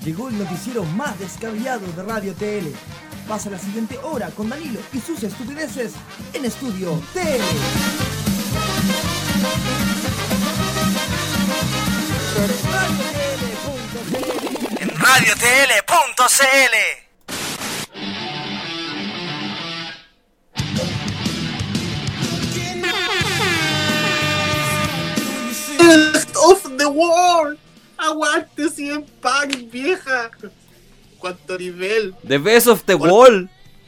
Llegó el noticiero más descabellado de Radio TL. Pasa la siguiente hora con Danilo y sus estupideces en Estudio TL. En radiotl.cl. Best of the world. Aguante 100 packs, vieja. Cuánto nivel. The best of the wall.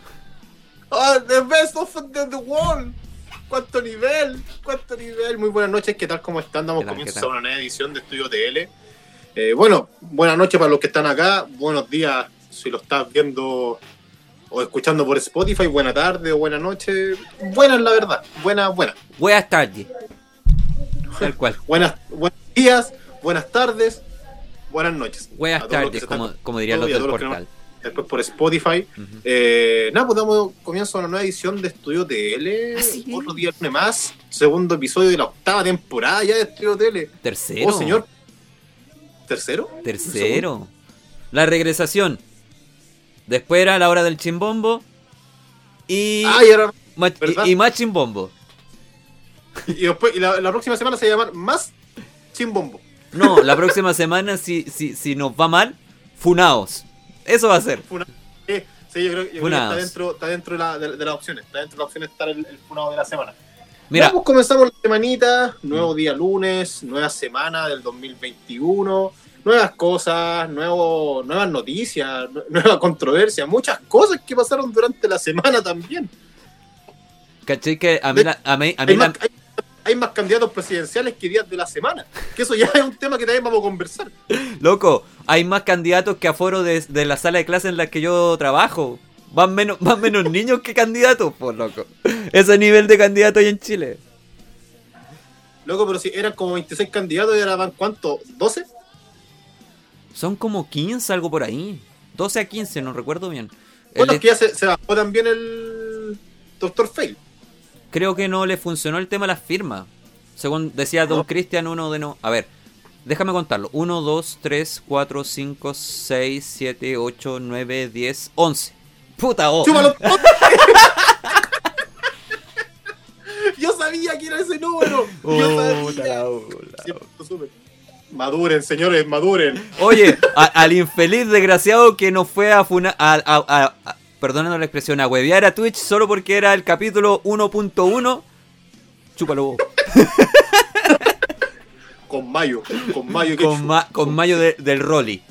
Oh, the best of the world. Cuánto nivel. Cuánto nivel. Muy buenas noches. ¿Qué tal? ¿Cómo están? Damos comienzo a una nueva edición de Estudio TL. Bueno, buenas noches para los que están acá. Buenos días si lo estás viendo o escuchando por Spotify. Buena tarde o buena noche. Buenas, la verdad. Buenas. Buenas tardes. Tal cual. Buenos días, buenas tardes, buenas noches. Buenas tardes, como dirían los del portal. Después por Spotify. Uh-huh. Pues damos comienzo a una nueva edición de Estudio TL. ¿Así? Otro día lunes más. Segundo episodio de la 8ª temporada ya de Estudio TL. Tercero. Oh, señor. ¿Tercero? Tercero. La regresación. Después era la hora del chimbombo. Y ahora, y más chimbombo. Y después, la próxima semana se llama Más Chimbombo. No, la próxima semana, si nos va mal, funaos. Eso va a ser. Sí, yo creo que está dentro de las opciones. Está dentro de las opciones estar el funado de la semana. Mira, Vamos, comenzamos la semanita. Nuevo día lunes, nueva semana del 2021. Nuevas cosas, nuevas noticias, nueva controversia. Muchas cosas que pasaron durante la semana también. ¿cachai? Que Hay más candidatos presidenciales que días de la semana. Que eso ya es un tema que también vamos a conversar. Loco, hay más candidatos que aforo de la sala de clase en la que yo trabajo. Van menos niños que candidatos, pues, loco. Ese nivel de candidatos hay en Chile. Loco, pero si eran como 26 candidatos y ahora van, ¿cuánto? ¿12? Son como 15, algo por ahí. 12 a 15, no recuerdo bien. Bueno, es que ya se bajó también el Dr. Fail. Creo que no le funcionó el tema de las firmas. Según decía Don Cristian, A ver, déjame contarlo. 1, 2, 3, 4, 5, 6, 7, 8, 9, 10, 11. ¡Puta! ¡Chúpalo! Yo sabía que era ese número. Yo sabía. Maduren, señores, maduren. Oye, al infeliz desgraciado que nos fue a funar... Perdónanos la expresión, a huevear a Twitch solo porque era el capítulo 1.1. Chúpalo vos. Con mayo. Con mayo del Rolly.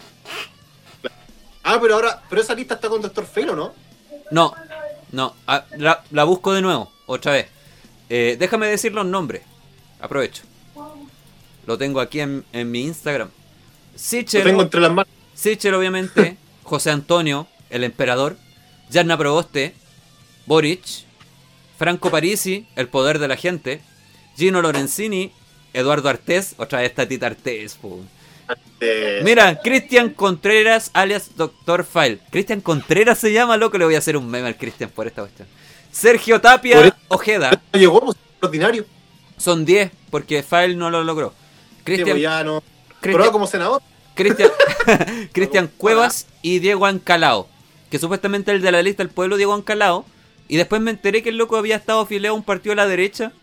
Pero esa lista está con Dr. Fail, ¿o no? No. La busco de nuevo, otra vez. Déjame decir los nombres. Aprovecho. Lo tengo aquí en mi Instagram. Sichel, lo tengo entre las manos. Sichel, obviamente. José Antonio, el emperador. Yarna Proboste, Boric, Franco Parisi, El Poder de la Gente, Gino Lorenzini, Eduardo Artés, otra vez Tatita Artés. Mira, Cristian Contreras, alias Dr. File. Cristian Contreras se llama, loco, le voy a hacer un meme al Cristian por esta cuestión. Sergio Tapia Ojeda. No llegó, pues, ordinario. Son 10, porque File no lo logró. Cristian, ya no. Pero como senador. Cristian Cuevas y Diego Ancalao. Que supuestamente el de la lista del pueblo, Diego Ancalao. Y después me enteré que el loco había estado afiliado a un partido de la derecha.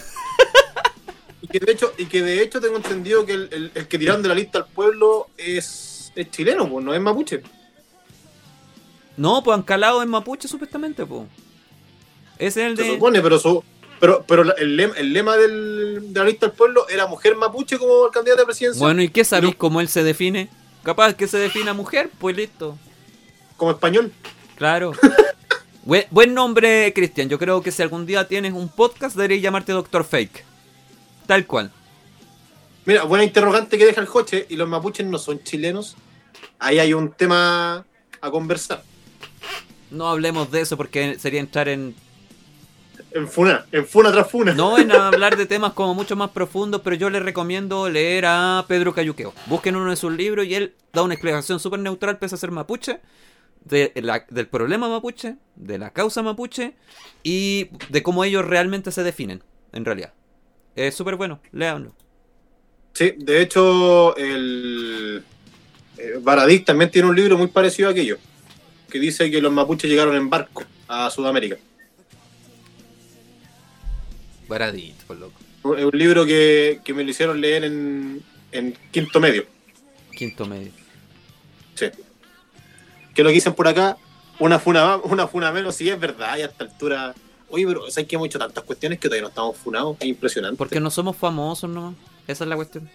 Y que de hecho tengo entendido que el que tiraron de la lista al pueblo es chileno, pues, no es mapuche. No, pues Ancalao es mapuche supuestamente, pues. Ese es el de... Se supone, pero el lema de la lista al pueblo era mujer mapuche como el candidato a presidencia. Bueno, ¿y qué sabéis cómo él se define? Capaz que se defina mujer, pues listo. Como español. Claro. Buen nombre, Cristian. Yo creo que si algún día tienes un podcast, deberías llamarte Dr. Fake. Tal cual. Mira, buena interrogante que deja el Joche. ¿Y los mapuches no son chilenos? Ahí hay un tema a conversar. No hablemos de eso porque sería entrar en funa tras funa. No, en hablar de temas como mucho más profundos, pero yo les recomiendo leer a Pedro Cayuqueo. Busquen uno de sus libros y él da una explicación súper neutral, pese a ser mapuche, del problema mapuche, de la causa mapuche y de cómo ellos realmente se definen, en realidad. Es súper bueno, léanlo. Sí, de hecho, Baradit también tiene un libro muy parecido a aquello, que dice que los mapuches llegaron en barco a Sudamérica. Baradit, por loco. Es un libro que me lo hicieron leer en quinto medio. Quinto medio. Sí. Que lo que dicen por acá, una funa menos, sí es verdad, y a esta altura. Oye, pero ¿sabes que hemos hecho tantas cuestiones que todavía no estamos funados? Es impresionante. Porque no somos famosos nomás. Esa es la cuestión.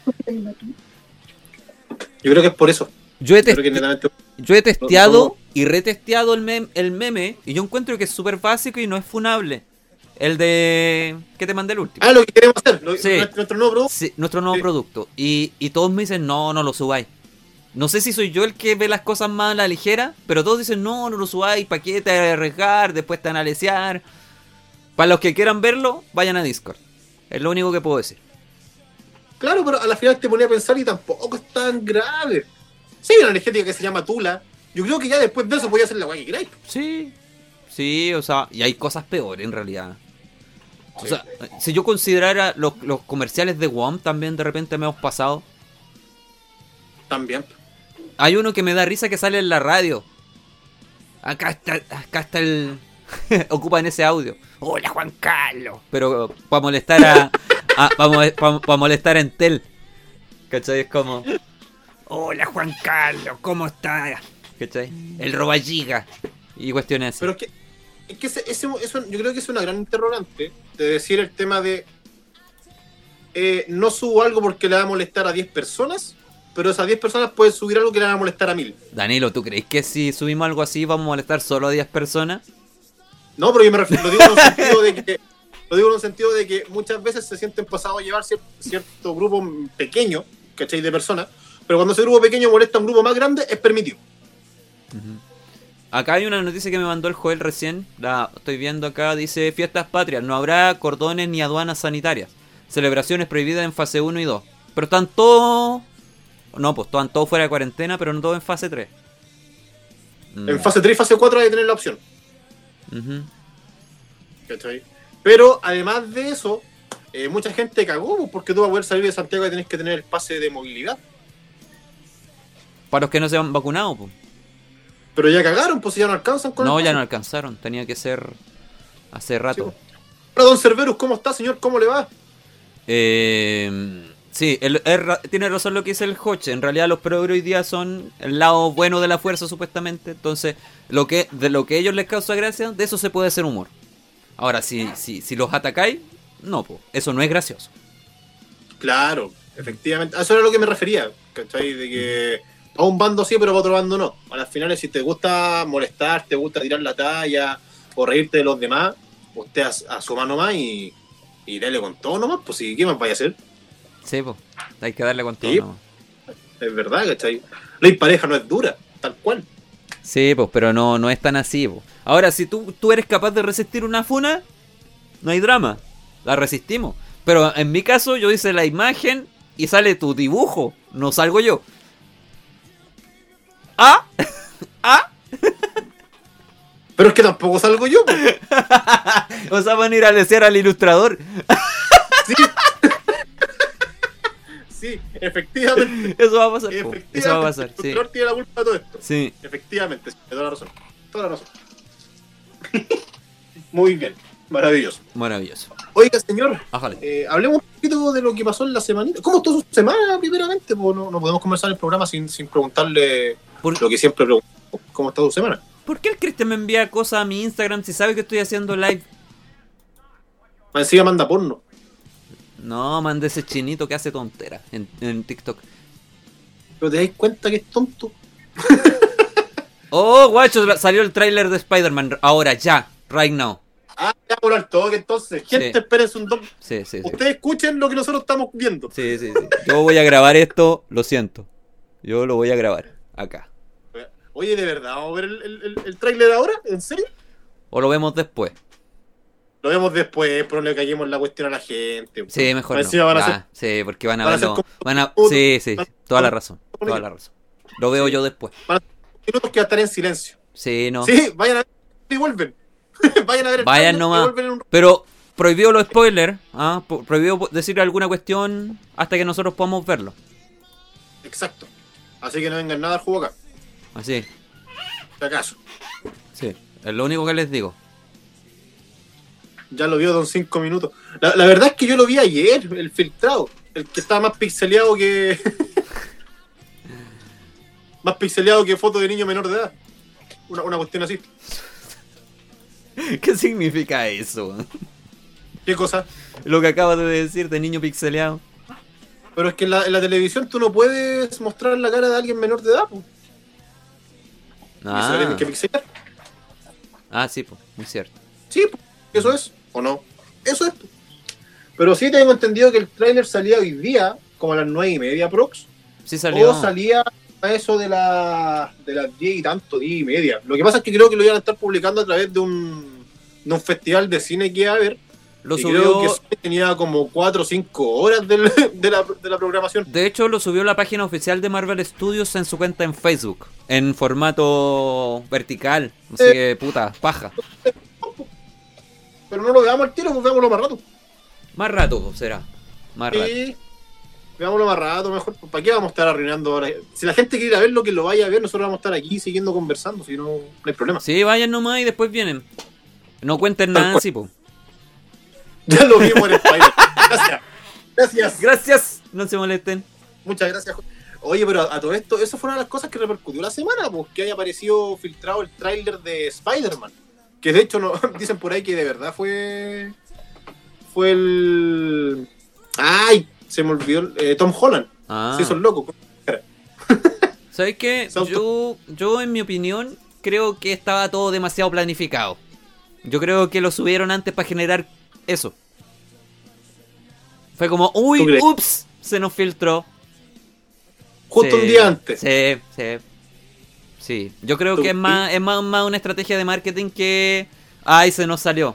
Yo creo que es por eso. Yo he Creo que netamente- testeado y retesteado el meme y yo encuentro que es súper básico y no es funable. El de... que te mandé el último. Ah, lo que queremos hacer, Sí. nuestro nuevo producto. Sí, nuestro nuevo Sí. producto. Y todos me dicen, no lo subáis. No sé si soy yo el que ve las cosas más a la ligera, pero todos dicen, no lo subáis, ¿para qué te vas a arriesgar? Después te van a lesear. Para los que quieran verlo, vayan a Discord. Es lo único que puedo decir. Claro, pero a la final te ponía a pensar y tampoco es tan grave. Sí, hay una energética que se llama Tula. Yo creo que ya después de eso podía hacer la guay que queráis. Sí, o sea, y hay cosas peores en realidad. O sea, si yo considerara los comerciales de WOM también de repente me hemos pasado. También. Hay uno que me da risa que sale en la radio. Acá está el... Ocupan ese audio. Hola Juan Carlos. Pero para molestar para molestar a Entel. ¿Cachai? Es como... Hola Juan Carlos, ¿cómo estás? ¿Cachai? El robagiga. Y cuestiones así. Pero es que eso, yo creo que es una gran interrogante de decir el tema de no subo algo porque le va a molestar a 10 personas, pero esas 10 personas pueden subir algo que le va a molestar a 1000. Danilo, ¿tú crees que si subimos algo así vamos a molestar solo a 10 personas? No, pero yo me refiero, lo digo en un sentido de que muchas veces se sienten pasados a llevar cierto grupo pequeño, ¿cachai? De personas, pero cuando ese grupo pequeño molesta a un grupo más grande, es permitido. Acá hay una noticia que me mandó el Joel recién, la estoy viendo acá, dice fiestas patrias, no habrá cordones ni aduanas sanitarias, celebraciones prohibidas en fase 1 y 2, pero están todos, no, pues están todos fuera de cuarentena, pero no todos en fase 3. En fase 3 y fase 4 hay que tener la opción. Uh-huh. ¿Cachai? Pero además de eso, mucha gente cagó, pues, porque tú para poder salir de Santiago tenés que tener el pase de movilidad. Para los que no se han vacunado, pues. Pero ya cagaron, pues si ya no alcanzan con No, el ya pase. no alcanzaron, tenía que ser hace rato. Sí, hola, don Cerberus, ¿cómo está, señor? ¿Cómo le va? Sí, tiene razón lo que dice el Joche. En realidad los progres hoy día son el lado bueno de la fuerza, supuestamente. Entonces, de lo que a ellos les causa gracia, de eso se puede hacer humor. Ahora, si los atacáis, no, pues, eso no es gracioso. Claro, efectivamente. A eso era lo que me refería, ¿cachai? De que a un bando sí, pero a otro bando no. A las finales, si te gusta molestar, te gusta tirar la talla o reírte de los demás, usted asuma nomás y dale con todo nomás, pues si, ¿qué más vaya a hacer? Sí, pues, hay que darle con todo. Sí. Nomás. Es verdad, ¿cachai? La pareja no es dura, tal cual. Sí, pues, pero no es tan así, pues. Ahora, si tú eres capaz de resistir una funa, no hay drama. La resistimos. Pero en mi caso, yo hice la imagen y sale tu dibujo. No salgo yo. ¿Ah? ¿Ah? Pero es que tampoco salgo yo, pues. O sea, van a ir a lesear al ilustrador. Sí. Sí, efectivamente. Eso va a pasar, po. Efectivamente. Eso va a pasar, El sí. ilustrador tiene la culpa de todo esto. Sí. Efectivamente, sí, toda la razón. Toda la razón. Muy bien, maravilloso. Maravilloso. Oiga, señor, Ájale. hablemos un poquito de lo que pasó en la semanita. ¿Cómo estuvo su semana, primeramente? Pues no podemos comenzar el programa sin preguntarle lo que siempre pregunto. ¿Cómo está su semana? ¿Por qué el Cristian me envía cosas a mi Instagram si sabe que estoy haciendo live? Más encima manda porno. No, manda ese chinito que hace tonteras en TikTok. Pero te dais cuenta que es tonto. Oh, guacho, salió el tráiler de Spider-Man. Ahora, ya, right now. Ah, ya por al toque, entonces. Gente, Sí. espérense un toque. Sí. Ustedes escuchen lo que nosotros estamos viendo. Sí. Yo voy a grabar esto, lo siento. Yo lo voy a grabar acá. Oye, ¿de verdad vamos a ver el tráiler ahora? ¿En serio? O lo vemos después. Lo vemos después, pero no le caguemos la cuestión a la gente. Sí, mejor Más no. encima van a Ya, ser- sí, porque van a van a verlo. ser Sí, toda la razón. Lo veo yo después. minutos que va a estar en silencio. Sí, no. Sí, vayan a ver y vuelven. Vayan a ver el Vayan tráiler y nomás. vuelven en un... Pero prohibido los spoilers. Prohibido decir alguna cuestión hasta que nosotros podamos verlo. Exacto. Así que no vengan nada al juego acá. Así. Si acaso. Sí, es lo único que les digo. Ya lo vio don 5 minutos. La verdad es que yo lo vi ayer, el filtrado. El que estaba más pixeleado que... más pixeleado que foto de niño menor de edad. Una cuestión así. ¿Qué significa eso? ¿Qué cosa? Lo que acabas de decir de niño pixeleado. Pero es que en la televisión tú no puedes mostrar la cara de alguien menor de edad, pues. Y eso lo tienen que pixelar. Sí, pues, muy cierto. Sí, pues, eso es, ¿o no? Eso es. Pero sí tengo entendido que el tráiler salía hoy día, como a las 9:30 prox. Sí salió. O salía a eso de las 10 y tanto, 10:30. Lo que pasa es que creo que lo iban a estar publicando a través de un festival de cine que iba a haber. Lo y subió... creo que tenía como 4 o 5 horas de la programación. De hecho, lo subió la página oficial de Marvel Studios en su cuenta en Facebook. En formato vertical. Así que, puta, paja. Pero no lo veamos al tiro, pues veámoslo más rato. Más rato será. Más rato. Sí, veámoslo más rato, mejor. ¿Para qué vamos a estar arruinando ahora? Si la gente quiere ir a ver lo que lo vaya a ver, nosotros vamos a estar aquí siguiendo conversando, si no hay problema. Sí, vayan nomás y después vienen. No cuenten nada así, po. Ya lo vimos en Spider. Gracias. Gracias, no se molesten. Muchas gracias. Oye, pero a todo esto, eso fue una de las cosas que repercutió la semana, pues que haya aparecido filtrado el tráiler de Spider-Man. Que de hecho no, dicen por ahí que de verdad fue el... ¡Ay! Se me olvidó. Tom Holland. Sí, son locos. ¿Sabes qué? Yo, en mi opinión, creo que estaba todo demasiado planificado. Yo creo que lo subieron antes para generar eso. Fue como, uy, ups, se nos filtró. Justo un día antes. Sí. Yo creo que es más una estrategia de marketing que... Ay, se nos salió.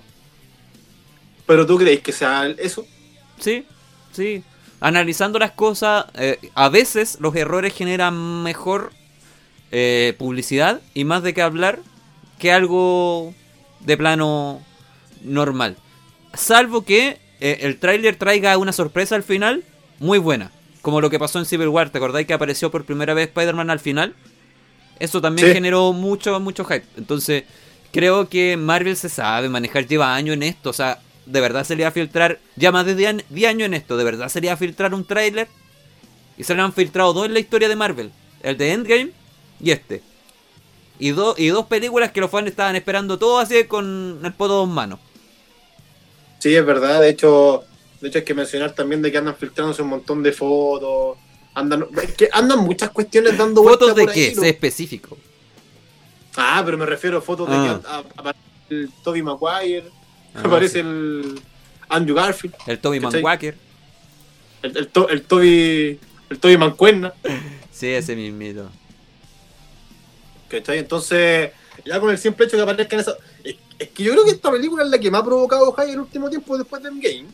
¿Pero tú crees que sea eso? Sí. Analizando las cosas, a veces los errores generan mejor publicidad y más de qué hablar que algo de plano normal. Salvo que el tráiler traiga una sorpresa al final muy buena. Como lo que pasó en Civil War. ¿Te acordáis que apareció por primera vez Spider-Man al final? Eso también generó mucho hype. Entonces, creo que Marvel se sabe manejar, lleva años en esto. O sea, de verdad se le iba a filtrar, ya más de 10 años en esto, de verdad se le iba a filtrar un tráiler. Y se le han filtrado 2 en la historia de Marvel. El de Endgame y este. Y dos películas que los fans estaban esperando todo así con el poto en mano. Sí, es verdad. De hecho hay que mencionar también de que andan filtrándose un montón de fotos. Andan muchas cuestiones dando vueltas. ¿Fotos de qué? Sé específico. Pero me refiero a fotos de que aparece el Tobey Maguire, aparece el Andrew Garfield, el Tobey Maguire, el Tobey Mancuerna. Sí, ese mismito. ¿Cachai? Entonces, ya con el simple hecho de que aparezcan esas... Es que yo creo que esta película es la que me ha provocado hype el último tiempo después de Endgame.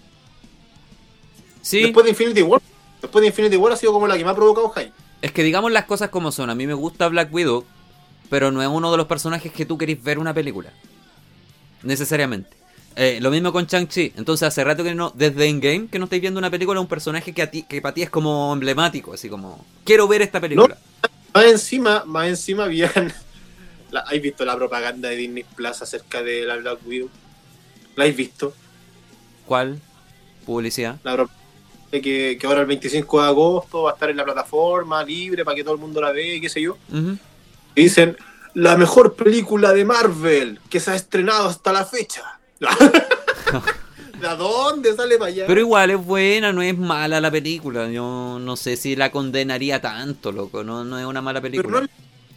Sí. Después de Infinity War ha sido como la que me ha provocado hype. Es que digamos las cosas como son. A mí me gusta Black Widow, pero no es uno de los personajes que tú querés ver una película. Necesariamente. Lo mismo con Shang-Chi. Entonces hace rato que no, desde Endgame, que no estáis viendo una película, un personaje que para ti es como emblemático, así como, quiero ver esta película. No, más encima habían... ¿Has visto la propaganda de Disney Plus acerca de la Black Widow? ¿La has visto? ¿Cuál? ¿Publicidad? La propaganda de que ahora el 25 de agosto va a estar en la plataforma libre para que todo el mundo la vea y qué sé yo. Y dicen, la mejor película de Marvel que se ha estrenado hasta la fecha. ¿De dónde sale para allá? Pero igual es buena, no es mala la película. Yo no sé si la condenaría tanto, loco. No es una mala película.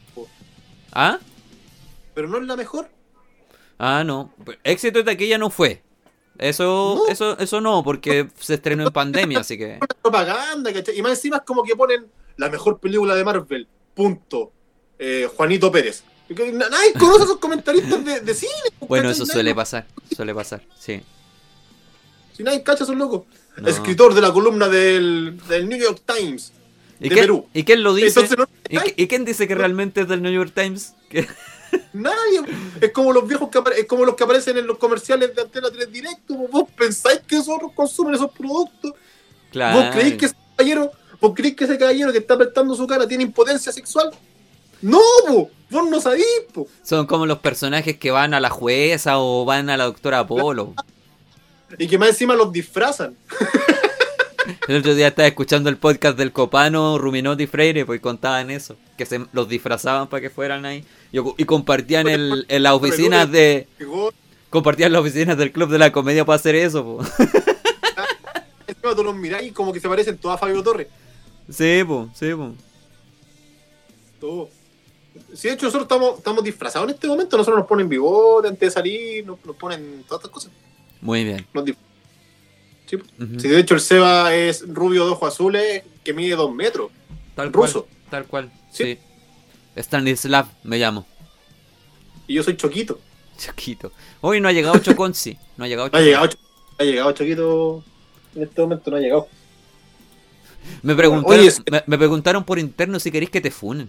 Pero no es la mejor. No. Éxito de taquilla no fue. Eso no, porque se estrenó en pandemia, así que... Propaganda, ¿cachai? Y más encima es como que ponen la mejor película de Marvel, punto. Juanito Pérez. Nadie conoce a esos comentaristas de cine. Bueno, eso suele pasar, sí. Si nadie cacha, son locos. No. Escritor de la columna del New York Times de Perú. ¿Y quién lo dice? Entonces, ¿Y quién dice que realmente es del New York Times? Nadie. Es como los viejos es como los que aparecen en los comerciales de Antena 3 Directo. Vos pensáis que esos consumen esos productos. Claro. Vos creéis que ese caballero ¿Vos crees que ese caballero que está apretando su cara tiene impotencia sexual? ¡No, po! ¡Vos no sabís, po! Son como los personajes que van a la jueza o van a la doctora Apolo. Y que más encima los disfrazan. El otro día estaba escuchando el podcast del Copano, Ruminotti y Freire, pues contaban eso, que se los disfrazaban para que fueran ahí y compartían en las oficinas de... Compartían las oficinas del Club de la Comedia para hacer eso, po. Encima tú los mirás y como que se parecen todos a Fabio Torres. Sí, po, sí, po. Todo. Sí, de hecho nosotros estamos disfrazados en este momento, nosotros nos ponen bigote antes de salir, nos ponen todas estas cosas. Muy bien. Sí. Uh-huh. Sí, de hecho el Seba es rubio de ojos azules que mide 2 metros. Tal ruso. Cual, tal cual, sí. Stanislav me llamo. Y yo soy Choquito. Choquito. Hoy no ha llegado Choconzi. No ha llegado Choquito. En este momento no ha llegado. Me preguntaron por interno si queréis que te funen.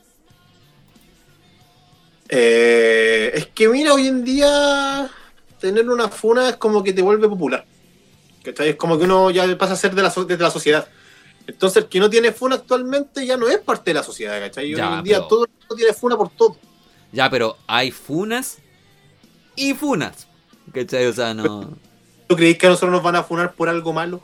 Es que mira, hoy en día tener una funa es como que te vuelve popular. ¿Cachai? Es como que uno ya pasa a ser de la sociedad. Entonces el que no tiene funa actualmente ya no es parte de la sociedad, ¿cachai? Ya, hoy en día todo el mundo tiene funa por todo. Ya, pero hay funas y funas, ¿cachai? O sea, no... ¿Tú creéis que a nosotros nos van a funar por algo malo?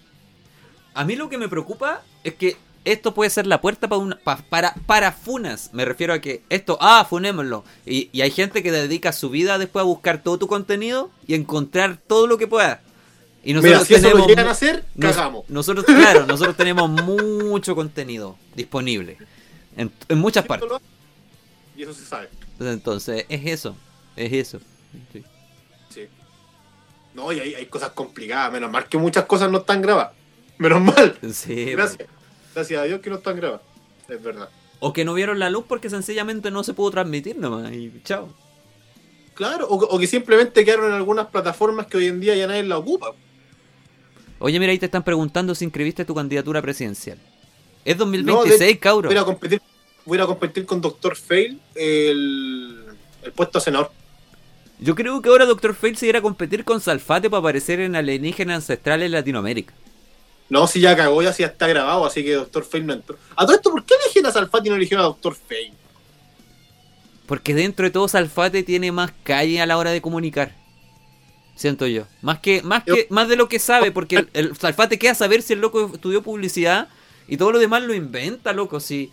A mí lo que me preocupa es que esto puede ser la puerta para funas. Me refiero a que esto, funémoslo. Y hay gente que dedica su vida después a buscar todo tu contenido y encontrar todo lo que pueda. Y nosotros mira, si eso lo llegan a hacer, cagamos. Nosotros tenemos mucho contenido disponible en muchas partes. Y eso se sabe. Entonces, es eso. Sí. No, y hay cosas complicadas. Menos mal que muchas cosas no están grabadas. Menos mal. Sí, gracias. Gracias a Dios que no están grabadas. Es verdad. O que no vieron la luz porque sencillamente no se pudo transmitir nomás. Y chao. Claro, o que simplemente quedaron en algunas plataformas que hoy en día ya nadie la ocupa. Oye, mira, ahí te están preguntando si inscribiste tu candidatura presidencial. Es 2026, cabrón. Voy a competir con Dr. Fail el puesto a senador. Yo creo que ahora Dr. Fail se irá a competir con Salfate para aparecer en Alienígenas Ancestrales en Latinoamérica. No, si ya cagó, ya está grabado, así que Dr. Fail no entró. A todo esto, ¿por qué eligieron a Salfate y no eligieron a Dr. Fail? Porque dentro de todo Salfate tiene más calle a la hora de comunicar. Siento yo. Más de lo que sabe, porque el Salfate queda saber si el loco estudió publicidad y todo lo demás lo inventa, loco. Sí.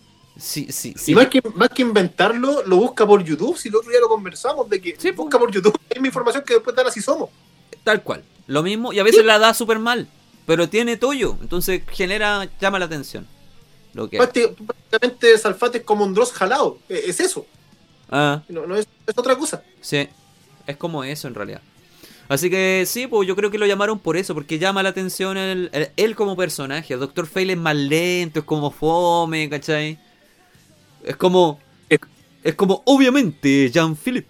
Y más que inventarlo, lo busca por YouTube. Si el otro día lo conversamos, de que busca por YouTube. Es mi información que después dan Así Somos. Tal cual. Lo mismo, y a veces la da súper mal. Pero tiene tuyo. Entonces llama la atención. Lo que prácticamente Salfate es como un Dross jalado. Es eso. No es otra cosa. Sí. Es como eso en realidad. Así que sí, pues yo creo que lo llamaron por eso, porque llama la atención él como personaje. El Dr. Fail es más lento, es como fome, ¿cachai? Es como, obviamente, Jean-Philippe.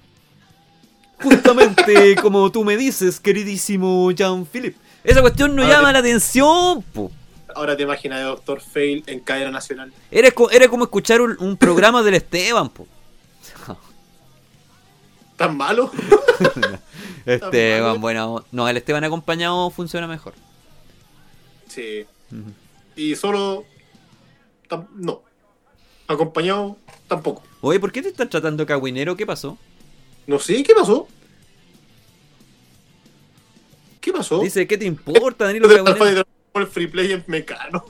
Justamente como tú me dices, queridísimo Jean-Philippe. Esa cuestión no llama la atención, po. Ahora te imaginas de Dr. Fail en cadena nacional. Era como escuchar un programa del Esteban, po. ¿Tan malo? Esteban, bueno, no, el Esteban acompañado funciona mejor. Sí. Uh-huh. Y solo... no. Acompañado, tampoco. Oye, ¿por qué te estás tratando cagüinero? ¿Qué pasó? No sé, ¿qué pasó? ¿Qué pasó? Dice, ¿qué te importa, Danilo Cagüinero? El free play en Mecano.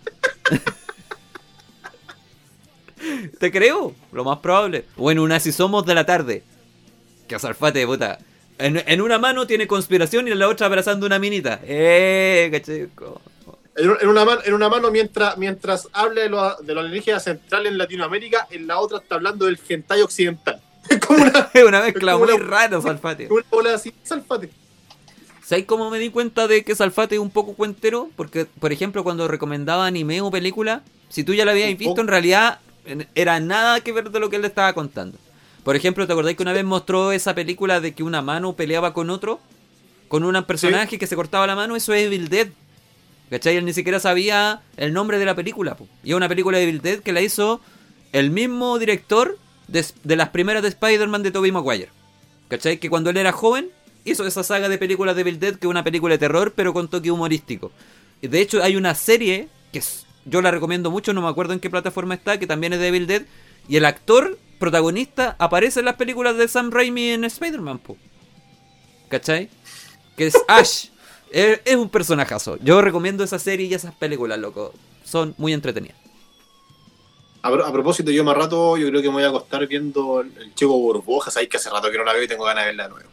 Te creo, lo más probable. O en un Así Somos de la tarde. Que Salfate, puta. En una mano tiene conspiración y en la otra abrazando una minita. Cachico. En una mano mientras habla de los alienígenas centrales en Latinoamérica, en la otra está hablando del hentai occidental. Es como una mezcla muy rara, Salfate. Una bola así, Salfate. ¿Sabes cómo me di cuenta de que Salfate es un poco cuentero? Porque, por ejemplo, cuando recomendaba anime o película, si tú ya lo habías visto, en realidad era nada que ver de lo que él le estaba contando. Por ejemplo, ¿te acordáis que una vez mostró esa película de que una mano peleaba con otro? Con un personaje que se cortaba la mano. Eso es Evil Dead. ¿Cachai? Él ni siquiera sabía el nombre de la película, po. Y es una película de Evil Dead que la hizo el mismo director de las primeras de Spider-Man de Tobey Maguire. ¿Cachai? Que cuando él era joven hizo esa saga de películas de Evil Dead, que es una película de terror pero con toque humorístico. Y de hecho hay una serie que es yo la recomiendo mucho, no me acuerdo en qué plataforma está, que también es de Evil Dead. Y el actor protagonista aparece en las películas de Sam Raimi en Spider-Man, po. ¿Cachai? Que es Ash. Es un personajazo. Yo recomiendo esa serie y esas películas, loco. Son muy entretenidas. A propósito, yo más rato, yo creo que me voy a acostar viendo el Chico Burbujas. Ahí que hace rato que no la veo y tengo ganas de verla de nuevo.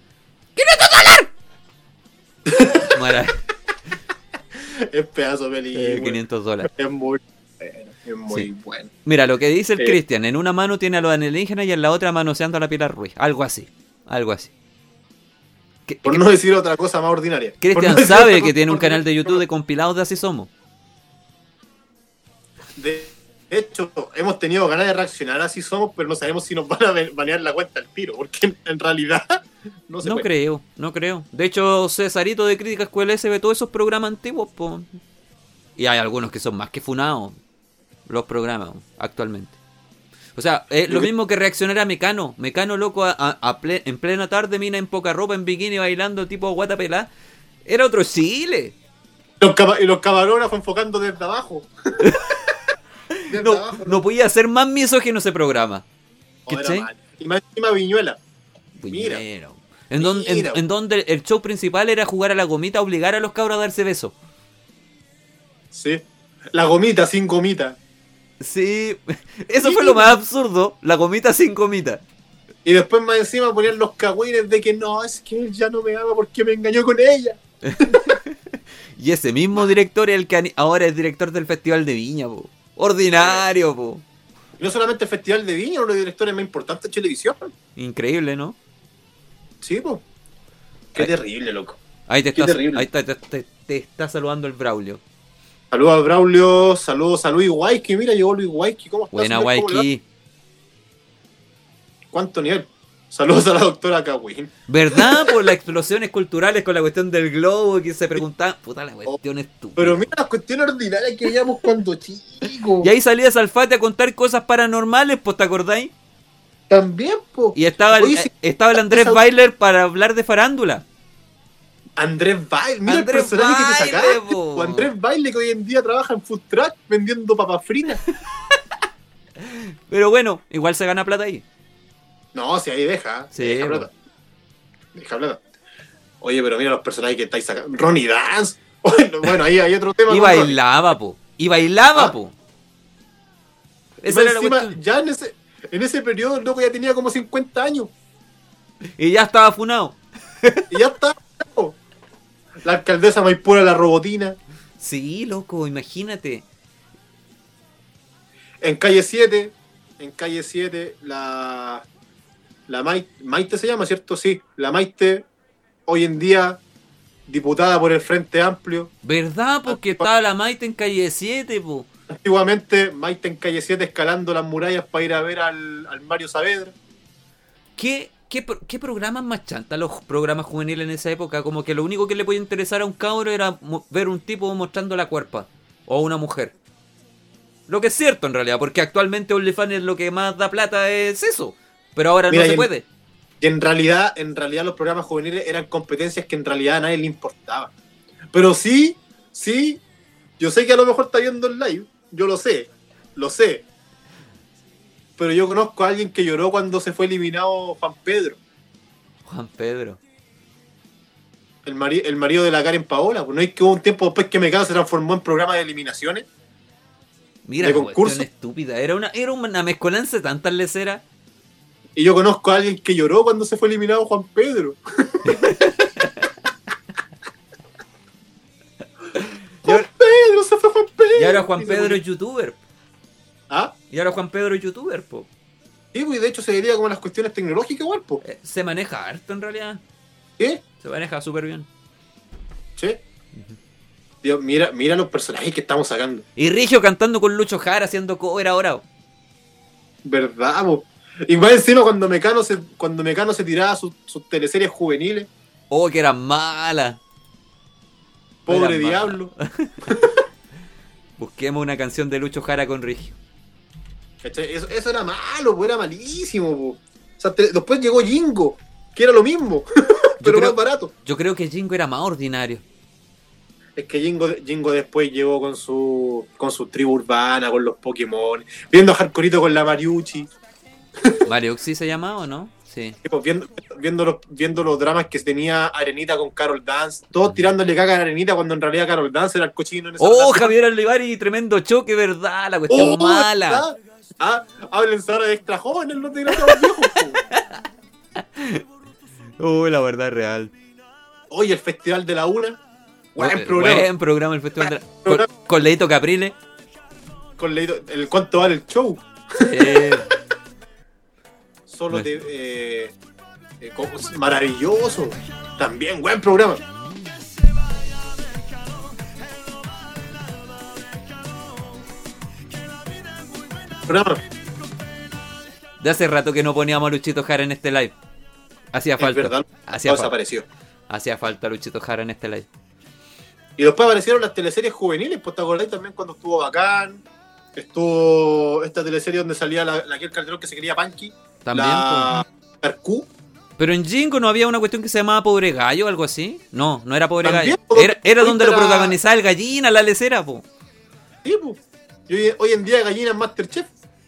$500. Es pedazo de película. $500. Es muy bueno. Mira, lo que dice el Cristian, en una mano tiene a los alienígenas y en la otra manoseando a la Pilar Ruiz. Algo así. Por no decir otra cosa más ordinaria. Cristian sabe que tiene un canal de YouTube de compilados de Así Somos. De hecho, hemos tenido ganas de reaccionar a Así Somos, pero no sabemos si nos van a banear la cuenta al tiro, porque en realidad no se puede. No creo. De hecho, Cesarito de Crítica Escuela S ve todos esos programas antiguos, po. Y hay algunos que son más que funados, los programas, actualmente. O sea, es lo mismo que reaccionar a Mecano. Mecano, loco, en plena tarde, mina en poca ropa, en bikini, bailando tipo guata pelá. Era otro Chile. Y los camarógrafos enfocando desde abajo. No podía ser más misógino ese programa. ¿Qué? Y más encima Viñuela. Mira. En donde el show principal era jugar a la gomita, obligar a los cabros a darse besos. Sí. La gomita sin gomita. Sí, eso fue lo más absurdo, la gomita sin gomita. Y después más encima ponían los cagüines de que no, es que él ya no me ama porque me engañó con ella. Y ese mismo director es el que ahora es director del Festival de Viña, po. Ordinario, po. Y no solamente el Festival de Viña, uno de los directores más importantes de televisión. Increíble, ¿no? Sí, po. Qué terrible, loco. Ahí te está saludando el Braulio. Saludos a Braulio, saludos a Luis Waiki. Mira, llegó Luis Waiki. ¿Cómo estás? Buena, Waiki. ¿Cuánto nivel? Saludos a la doctora Kawin. ¿Verdad? Por las explosiones culturales con la cuestión del globo que se preguntaba. Puta, la cuestión estúpida. Pero mira las cuestiones ordinarias que veíamos cuando chicos. Y ahí salía Salfate a contar cosas paranormales, pues, ¿te acordáis? También, pues. Y estaba el Andrés Bailer para hablar de farándula. Andrés Baile, mira Andrés el personaje Baile, que te sacaste. Andrés Baile, que hoy en día trabaja en food truck vendiendo papas fritas. Pero bueno, igual se gana plata ahí. No, si ahí deja. Sí, deja plata. Deja plata. Oye, pero mira los personajes que estáis sacando. Ronnie Dance. Bueno, ahí hay otro tema. Y bailaba, po. Esa era encima, la cuestión. Ya en ese periodo el loco ya tenía como 50 años. Y ya estaba funado. Y ya estaba funado. La alcaldesa Maipura, la robotina. Sí, loco, imagínate. En calle 7, la Maite se llama, ¿cierto? Sí, la Maite, hoy en día, diputada por el Frente Amplio. ¿Verdad? Porque estaba la Maite en calle 7, po. Antiguamente, Maite en calle 7 escalando las murallas para ir a ver al Mario Saavedra. ¿Qué programas más chantas los programas juveniles en esa época? Como que lo único que le podía interesar a un cabro era ver un tipo mostrando la cuerpa. O a una mujer. Lo que es cierto en realidad, porque actualmente OnlyFans es lo que más da plata, es eso. Pero ahora no se puede. Y en realidad los programas juveniles eran competencias que en realidad a nadie le importaba. Pero sí, yo sé que a lo mejor está viendo el live, yo lo sé. Pero yo conozco a alguien que lloró cuando se fue eliminado Juan Pedro. Juan Pedro. El marido de la Karen Paola. ¿No es que hubo un tiempo después que Mecano se transformó en programa de eliminaciones? Mira, qué cuestión estúpida. Era una mezcolanza de tantas leceras. Y yo conozco a alguien que lloró cuando se fue eliminado Juan Pedro. Se fue Juan Pedro. Y ahora Juan Pedro es youtuber. ¿Ah? Y ahora Juan Pedro es youtuber, po. Sí, pues de hecho se diría como las cuestiones tecnológicas igual, po. Se maneja harto en realidad. ¿Qué? Se maneja súper bien. Sí. Dios, mira los personajes que estamos sacando. Y Rigio cantando con Lucho Jara haciendo cover ahora. ¿Verdad, po? Y más encima cuando Mecano se tiraba sus teleseries juveniles. Oh, que eran malas. Pobre diablo. Busquemos una canción de Lucho Jara con Rigio. Eso era malo, pues era malísimo. Po. O sea, después llegó Jingo, que era lo mismo, pero más barato. Yo creo que Jingo era más ordinario. Es que Jingo después llegó con su tribu urbana, con los Pokémon, viendo a Hardcoreito con la Mariuchi. ¿Mariuxi se llama o no? Sí. Pues viendo los dramas que tenía Arenita con Carol Dance, todos tirándole caca a Arenita cuando en realidad Carol Dance era el cochino en esa ¡Oh, relación. Javier Olivari! Tremendo choque, ¿verdad? La cuestión mala. ¿Verdad? Hablen ahora de extra jóvenes, no te dirán a los viejos. La verdad es real. Oye, el Festival de la Una. Buen programa el Festival de la... Con Leito Caprile. El cuánto vale el show. Solo maravilloso. También buen programa. De hace rato que no poníamos a Luchito Jara en este live. Hacía falta. Es verdad, desapareció. Hacía falta Luchito Jara en este live. Y después aparecieron las teleseries juveniles, pues te acordáis también cuando estuvo Bacán. Estuvo esta teleserie donde salía la aquel Calderón que se quería Panky. También, Carcú. Pero en Jingo no había una cuestión que se llamaba Pobre Gallo o algo así. No era Pobre También, Gallo. Era donde lo protagonizaba el Gallina, la lecera, po. Sí, pues. Y hoy en día Gallina es Masterchef.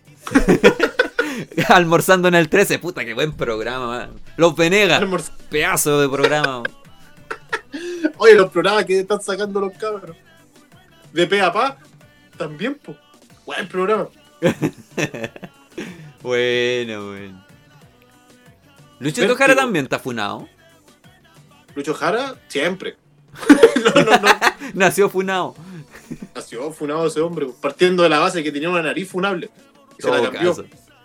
Almorzando en el 13, puta, qué buen programa, man. Los Venegas, pedazo de programa. Oye, los programas que están sacando los cabros. De pe a pa, también, pues. Buen programa. Bueno. Luchito Jara también está funado. Lucho Jara, siempre. No. Nació funado. Nació funado ese hombre, partiendo de la base que tenía una nariz funable. Y se la cambió.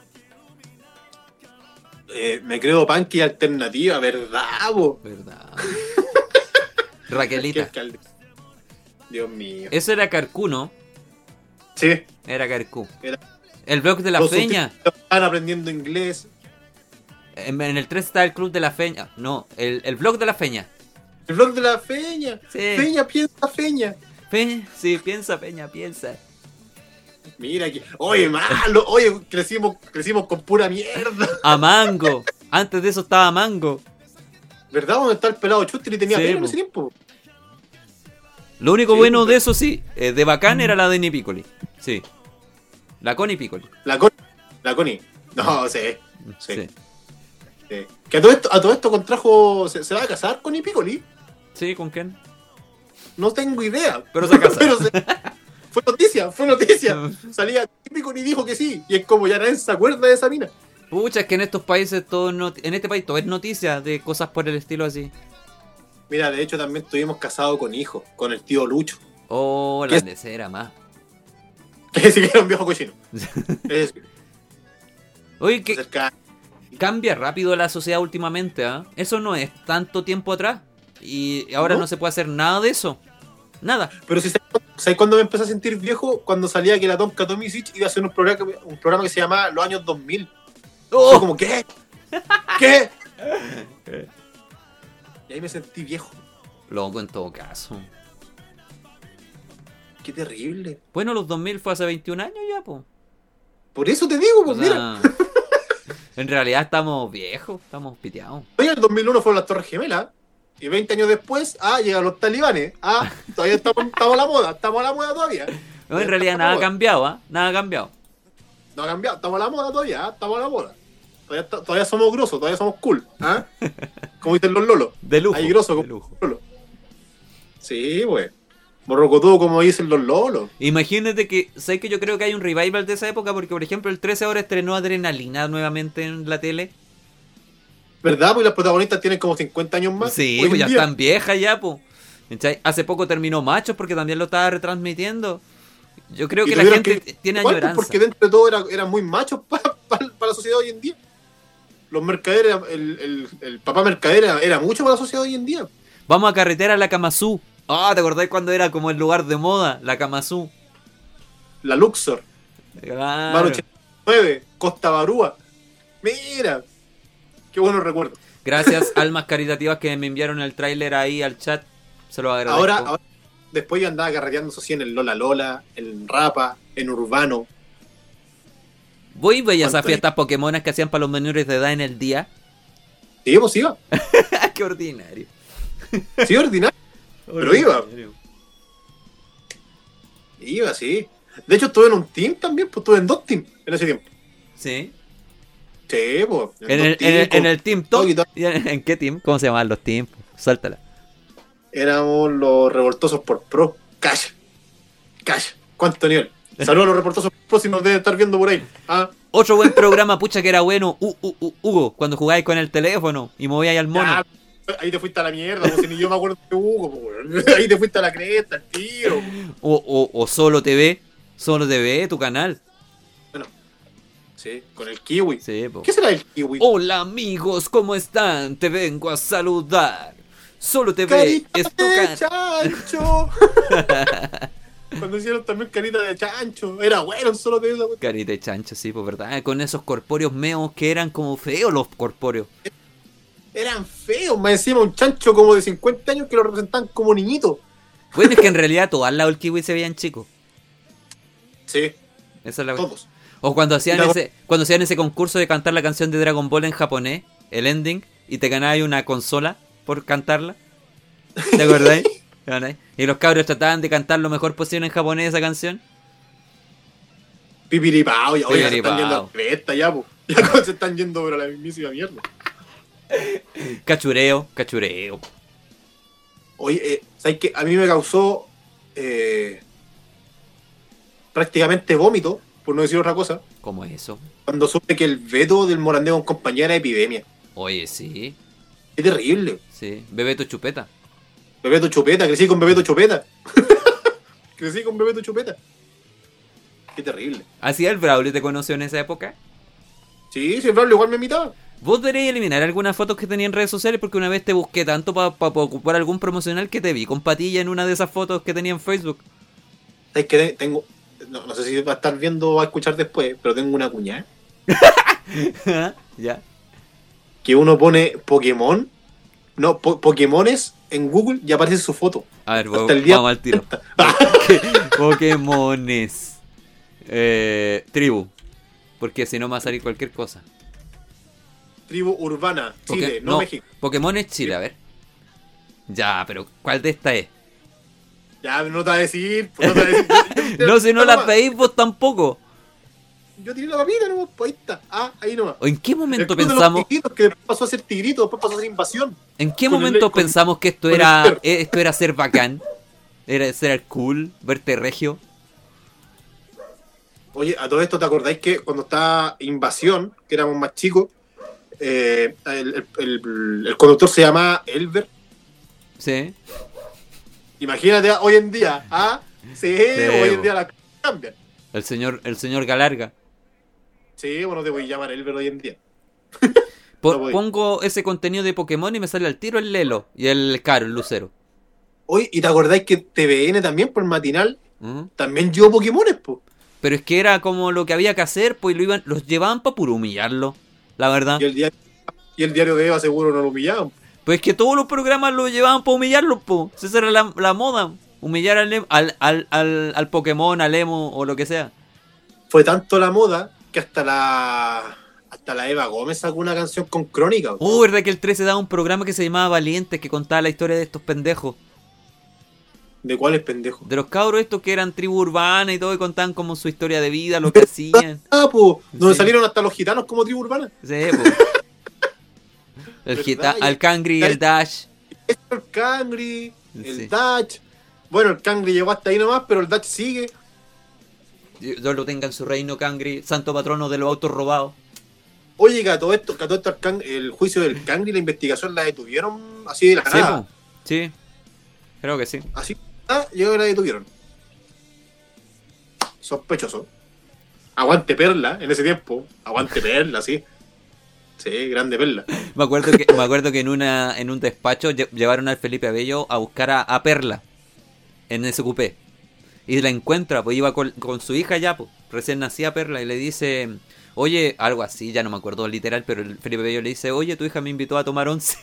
Me creo Panky alternativa, ¿verdad, bo? Verdad. Raquelita. Dios mío. Eso era Carcú, ¿no? Sí. Era Carcú. El blog de la Feña. Estaban aprendiendo inglés. En el 3 está el club de la Feña. No, el blog de la Feña. El blog de la Feña. Sí. Feña, piensa, Feña. Sí, piensa, Peña, piensa. Mira que. Oye, malo. Oye, crecimos con pura mierda. A Mango. Antes de eso estaba Mango. ¿Verdad? Donde está el pelado Chuster y tenía pelo en po. ese tiempo. Lo único bueno de eso, sí, de bacán era la de Ni Piccoli. Sí. La Connie Piccoli. La Connie. No, sí. Sí. Que a todo esto contrajo. ¿Se va a casar con Piccoli? Sí, ¿con quién? No tengo idea. Pero se casa. Fue noticia. Salía Piccoli y dijo que sí. Y es como ya nadie se acuerda de esa mina. Pucha, es que en estos países en este país todo es noticia de cosas por el estilo así. Mira, de hecho también estuvimos casados con hijos, con el tío Lucho. Oh, la lecera más. Que sí que era un viejo cochino. Oye, que cambia rápido la sociedad últimamente, ¿ah? Eso no es tanto tiempo atrás. Y ahora no se puede hacer nada de eso. Nada. Pero si ¿sabes cuándo me empecé a sentir viejo? Cuando salía que la Tomka Tomisic iba a hacer un programa que se llamaba Los Años 2000. ¡Oh! Fue como, ¿qué? Y ahí me sentí viejo. Loco en todo caso. Qué terrible. Bueno, los 2000 fue hace 21 años ya, po. Por eso te digo, pues o sea, mira. En realidad estamos viejos, estamos piteados. Oye, el 2001 fueron las Torres Gemelas. Y 20 años después, llegan los talibanes. Todavía estamos a la moda. Estamos a la moda todavía. No, en realidad nada ha cambiado, ¿ah? Nada ha cambiado. No ha cambiado. Estamos a la moda todavía, estamos a la moda. Todavía somos grosos, todavía somos cool. Como dicen los lolos. De lujo. Hay grosos de lujo. Lolo. Sí, pues. Morrocotudo, como dicen los lolos. Imagínate que, ¿sabes que yo creo que hay un revival de esa época? Porque, por ejemplo, el 13 ahora estrenó Adrenalina nuevamente en la tele. ¿Verdad? Pues las protagonistas tienen como 50 años más. Sí, pues ya están viejas ya, pues. Hace poco terminó Machos porque también lo estaba retransmitiendo. Yo creo que la gente tiene añoranza. Porque dentro de todo eran muy machos para la sociedad hoy en día. Los mercaderes, el papá mercader era mucho para la sociedad hoy en día. Vamos a carretera a la Kamazú. ¿Te acordás cuando era como el lugar de moda? La Kamazú. La Luxor. Claro. Bar 89, Costa Barúa. Mira. Qué buenos recuerdos. Gracias, almas caritativas que me enviaron el tráiler ahí al chat. Se lo agradezco. Ahora, después yo andaba carreteando eso sí en el Lola Lola, en Rapa, en Urbano. ¿Voy a esas fiestas Pokémonas que hacían para los menores de edad en el día? Sí, pues iba. Qué ordinario. Sí, ordinario. Pero iba. Iba, sí. De hecho, estuve en un team también, pues estuve en 2 teams en ese tiempo. Sí. Sí, pues. En el team top. ¿En qué team? ¿Cómo se llaman los teams? Suéltala. Éramos los revoltosos por pro. Calla. ¿Cuánto nivel? Saludos a los revoltosos por pro si nos deben estar viendo por ahí. ¿Ah? Otro buen programa, pucha que era bueno. Hugo, cuando jugáis con el teléfono y movíais al mono. Ya, ahí te fuiste a la mierda, pues, si ni yo me acuerdo de Hugo, pues, ahí te fuiste a la cresta, al tiro. O Solo TV, tu canal. Bueno, sí, con el kiwi. Sí, po. ¿Qué será el kiwi? Hola amigos, ¿cómo están? Te vengo a saludar. Solo TV Carita es tu de chancho. Cuando hicieron también carita de chancho. Era bueno, solo te esa. Carita de chancho, sí, pues verdad. Con esos corpóreos meos que eran como feos los corpóreos. Eran feos, más encima un chancho como de 50 años que lo representaban como niñito. Bueno, es que en realidad todos al lado del kiwi se veían chicos. Sí, Esa es la todos. O cuando hacían ese concurso de cantar la canción de Dragon Ball en japonés, el ending, y te ganabas una consola por cantarla. ¿Te acordáis? Y los cabros trataban de cantar lo mejor posible en japonés esa canción. Pipiripao, ya, oye, se Pipiripao. están yendo a cresta ya, pues. Ya se están yendo pero a la mismísima mierda. Cachureo. Oye, ¿sabes qué? A mí me causó prácticamente vómito, por no decir otra cosa, ¿Cómo es eso? cuando supe que el veto del morandeo con compañía era epidemia. Oye, sí. Qué terrible. Sí. Bebeto Chupeta. Bebeto Chupeta, crecí con Bebeto Chupeta. Crecí con Bebeto Chupeta. Qué terrible. ¿Así el Braulio te conoció en esa época? Sí, el Braulio igual me imitaba. Vos deberías eliminar algunas fotos que tenía en redes sociales porque una vez te busqué tanto para ocupar algún promocional que te vi con patilla en una de esas fotos que tenía en Facebook. ¿Sabes qué? Tengo... No sé si va a estar viendo o va a escuchar después, pero tengo una cuñada Ya. que uno pone Pokémon, no, Pokémones en Google y aparece su foto. A ver, Hasta el día vamos al tiro. Pokémones. Tribu. Porque si no me va a salir cualquier cosa. Tribu Urbana, Chile, no México. Pokémon es Chile, a ver. Ya, pero ¿cuál de estas es? Ya, no te va a decir. Pues no te va a decir. No, si no la veis vos tampoco. Yo tiré la papita, nomás, pues ahí está. Ah, ahí nomás. ¿O en qué momento El club de los pensamos? tigritos, que después pasó a ser tigrito, después pasó a ser invasión. ¿En qué Con momento con- pensamos que esto con era el perro. esto era ser bacán? Era ser cool, verte regio. Oye, a todo esto, ¿te acordáis que cuando estaba Invasión, que éramos más chicos, el conductor se llamaba Elber? Sí. Imagínate hoy en día, ¿ah? Sí, hoy en día la cambian. El señor Galarga. Sí, bueno, te voy a llamar Elber hoy en día. No voy. Pongo ese contenido de Pokémon y me sale al tiro el Lelo y el Caro, el Lucero. Oye, ¿y te acordáis que TVN también, por matinal, ¿Mm? también llevó Pokémones, po? Pero es que era como lo que había que hacer, pues los llevaban para puro humillarlo, la verdad. Y el diario de Eva seguro no lo humillaban. Pues es que todos los programas lo llevaban para humillarlo, pues. Esa era la moda. Humillar al Pokémon, al Emo o lo que sea. Fue tanto la moda que hasta la Eva Gómez sacó una canción con Crónica. ¿Verdad que el 13 daba un programa que se llamaba Valientes que contaba la historia de estos pendejos? ¿De cuáles pendejos? De los cabros estos que eran tribu urbana y todo y contaban como su historia de vida, lo que hacían. Ah, pues, donde Sí. salieron hasta los gitanos como tribu urbana. Sí, pues. ¿Verdad? Al Kangri y el Dash. El Kangri, el Sí. Dutch. Bueno, el Kangri llegó hasta ahí nomás, pero el Dutch sigue. Dios lo tenga en su reino, Kangri, santo patrono de los autos robados. Oye, que a todo esto el juicio del Kangri, la investigación la detuvieron así de la Sí, nada. po. Sí, creo que sí. Así, llegó y la detuvieron. Sospechoso. Aguante Perla en ese tiempo. Aguante Perla, sí. Sí, grande Perla. Me acuerdo que en un despacho llevaron al Felipe Abello a buscar a Perla en ese cupé. Y la encuentra, pues iba con su hija ya, pues, recién nacía Perla, y le dice, oye, algo así, ya no me acuerdo literal, pero el Felipe Abello le dice, oye, tu hija me invitó a tomar 11.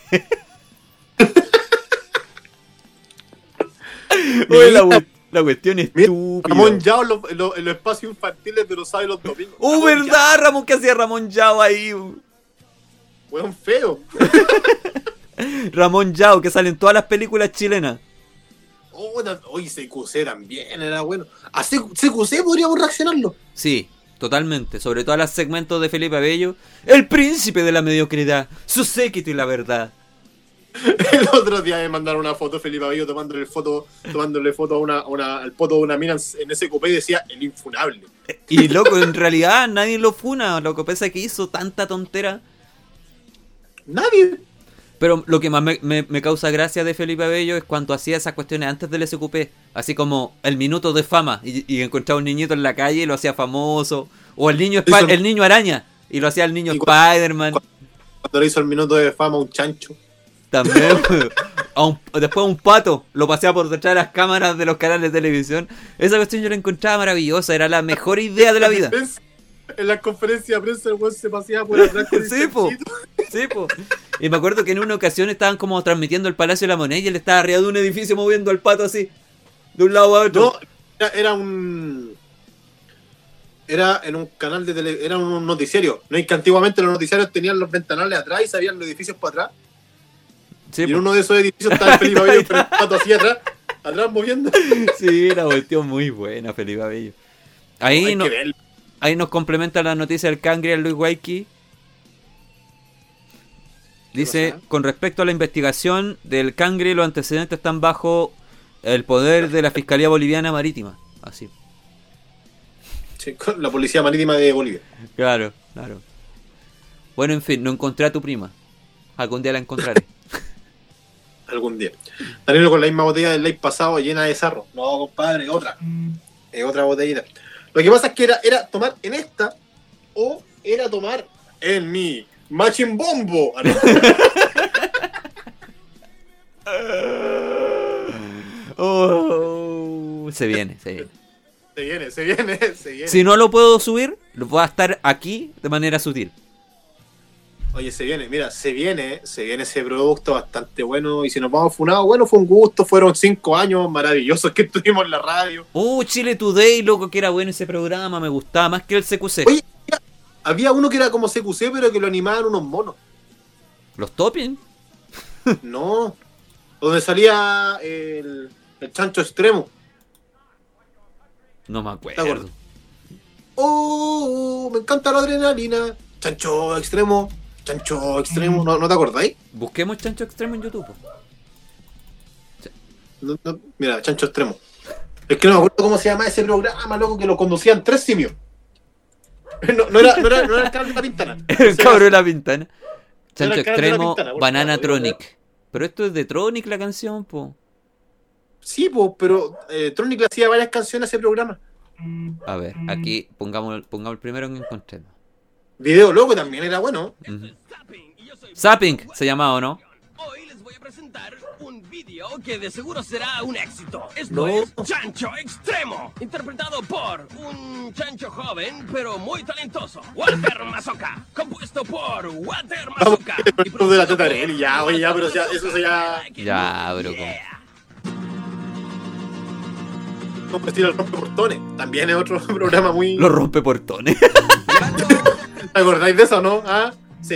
Oye, la cuestión es estúpida. Ramón Yao en los espacios infantiles de los sábados y los domingos. Ramón ¿Verdad, Ramón? ¿Qué hacía Ramón Yao ahí? Weón feo. Ramón Yao, que sale en todas las películas chilenas. Hoy CQC también era bueno. A CQC podríamos reaccionarlo. Sí, totalmente. Sobre todo a los segmentos de Felipe Abello. El príncipe de la mediocridad. Su séquito y la verdad. El otro día me mandaron una foto de Felipe Abello tomándole foto al poto de una mina en ese copé y decía el infunable. Y loco, en realidad nadie lo funa. Lo que pasa es que hizo tanta tontera. Nadie. Pero lo que más me causa gracia de Felipe Abello es cuando hacía esas cuestiones antes del SQP. Así como el minuto de fama. Y encontraba un niñito en la calle y lo hacía famoso. O el niño araña. Y lo hacía el niño Spider-Man. Cuando le hizo el minuto de fama a un chancho. También. Después un pato. Lo paseaba por detrás de las cámaras de los canales de televisión. Esa cuestión yo la encontraba maravillosa. Era la mejor idea de la vida. En la conferencia de prensa el weón se paseaba por atrás con el Sí, po. Y me acuerdo que en una ocasión estaban como transmitiendo el Palacio de la Moneda y él estaba arriba de un edificio moviendo al pato así, de un lado a otro. No, era en un canal de tele, era un noticiario. No es que antiguamente los noticiarios tenían los ventanales atrás y se veían los edificios para atrás. Sí, y en uno de esos edificios estaba el Felipe Abello, pero el pato así atrás moviendo. Sí, era cuestión muy buena, Felipe Abello. Ahí nos complementa la noticia del Cangre Luis Waiki. Dice, con respecto a la investigación del Cangre, los antecedentes están bajo el poder de la Fiscalía Boliviana Marítima. Así. Sí, con la Policía Marítima de Bolivia. Claro. Bueno, en fin, no encontré a tu prima. Algún día la encontraré. Algún día. Danilo con la misma botella del live pasado llena de sarro. No, compadre, otra. Es otra botellita. Lo que pasa es que era tomar en esta o era tomar en mi machimbombo. Se viene. Se viene. Si no lo puedo subir, lo voy a estar aquí de manera sutil. Oye, se viene ese producto bastante bueno. Y si nos vamos funados, bueno, fue un gusto. Fueron 5 años maravillosos que estuvimos en la radio. Chile Today, loco, que era bueno ese programa. Me gustaba más que el CQC. Oye, había uno que era como CQC, pero que lo animaban unos monos. ¿Los Topping? No. Donde salía el chancho extremo. No me acuerdo. ¿Te acuerdas? Me encanta la adrenalina. Chancho extremo. ¿No te acordáis? Busquemos Chancho Extremo en YouTube. No, mira, Chancho Extremo. Es que no me acuerdo cómo se llama ese programa, loco, que lo conducían 3 simios. No era el cabrón de la Pintana. Era el cabrón de la Pintana. Chancho Extremo, Banana Tronic. Pero esto es de Tronic la canción, po. Sí, po, pero Tronic le hacía varias canciones a ese programa. A ver, aquí pongamos el primero en encontremos. Video Loco también era bueno. Zapping se llamaba, ¿o no? Hoy les voy a presentar un video que de seguro será un éxito. Esto es Chancho Extremo, interpretado por un chancho joven, pero muy talentoso, Walter Mazoca, compuesto por Walter Mazoca. Vamos, de la Tatarelli, ya, pero eso ya... Ya, bro. Como estilo el rompeportones, también es otro programa muy... Los rompeportones. ¿Te acordáis de eso, no? Sí.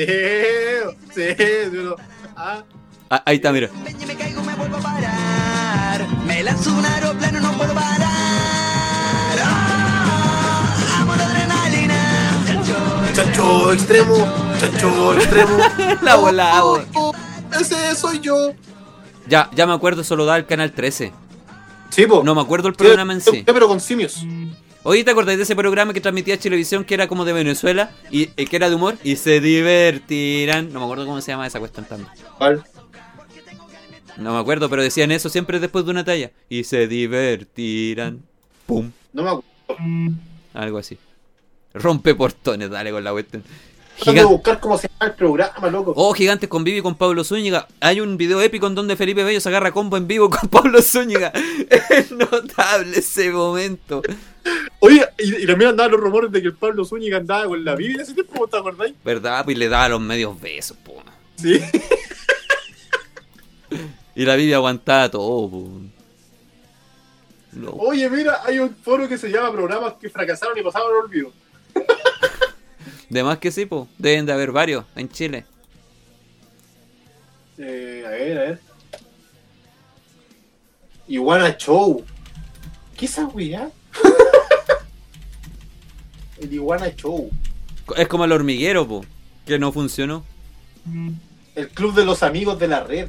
Ahí está, mira. Me caigo, me vuelvo a parar. Me lanzo un aeroplano, no puedo parar. Amo la adrenalina. Chancho extremo. La volada. Ese soy yo. Ya me acuerdo, solo da el canal 13. Sí, po. No me acuerdo el programa en sí. Pero con simios. Oye, ¿te acordáis de ese programa que transmitía Chilevisión que era como de Venezuela y que era de humor? Y se divertirán. No me acuerdo cómo se llama esa cuestión también. ¿Cuál? No me acuerdo, pero decían eso siempre después de una talla. Y se divertirán. Pum. No me acuerdo. Algo así. Rompe portones, dale con la cuestión. Tengo que buscar cómo se llama el programa, loco. Gigantes con Vivi y con Pablo Zúñiga. Hay un video épico en donde Felipe Bello se agarra combo en vivo con Pablo Zúñiga. Es notable ese momento. Oye, y también andaban los rumores de que el Pablo Zúñiga andaba con la Vivi en ese tiempo, ¿te acordáis? ¿Verdad? Pues le daba los medios besos, po. Sí. Y la Vivi aguantaba todo, po. No. Oye, mira, hay un foro que se llama Programas que fracasaron y pasaron al olvido. De más que sí, po. Deben de haber varios en Chile. A ver. Iguana Show. ¿Qué es esa weá? El Iguana Show. Es como el hormiguero, po, que no funcionó. El Club de los Amigos de la Red.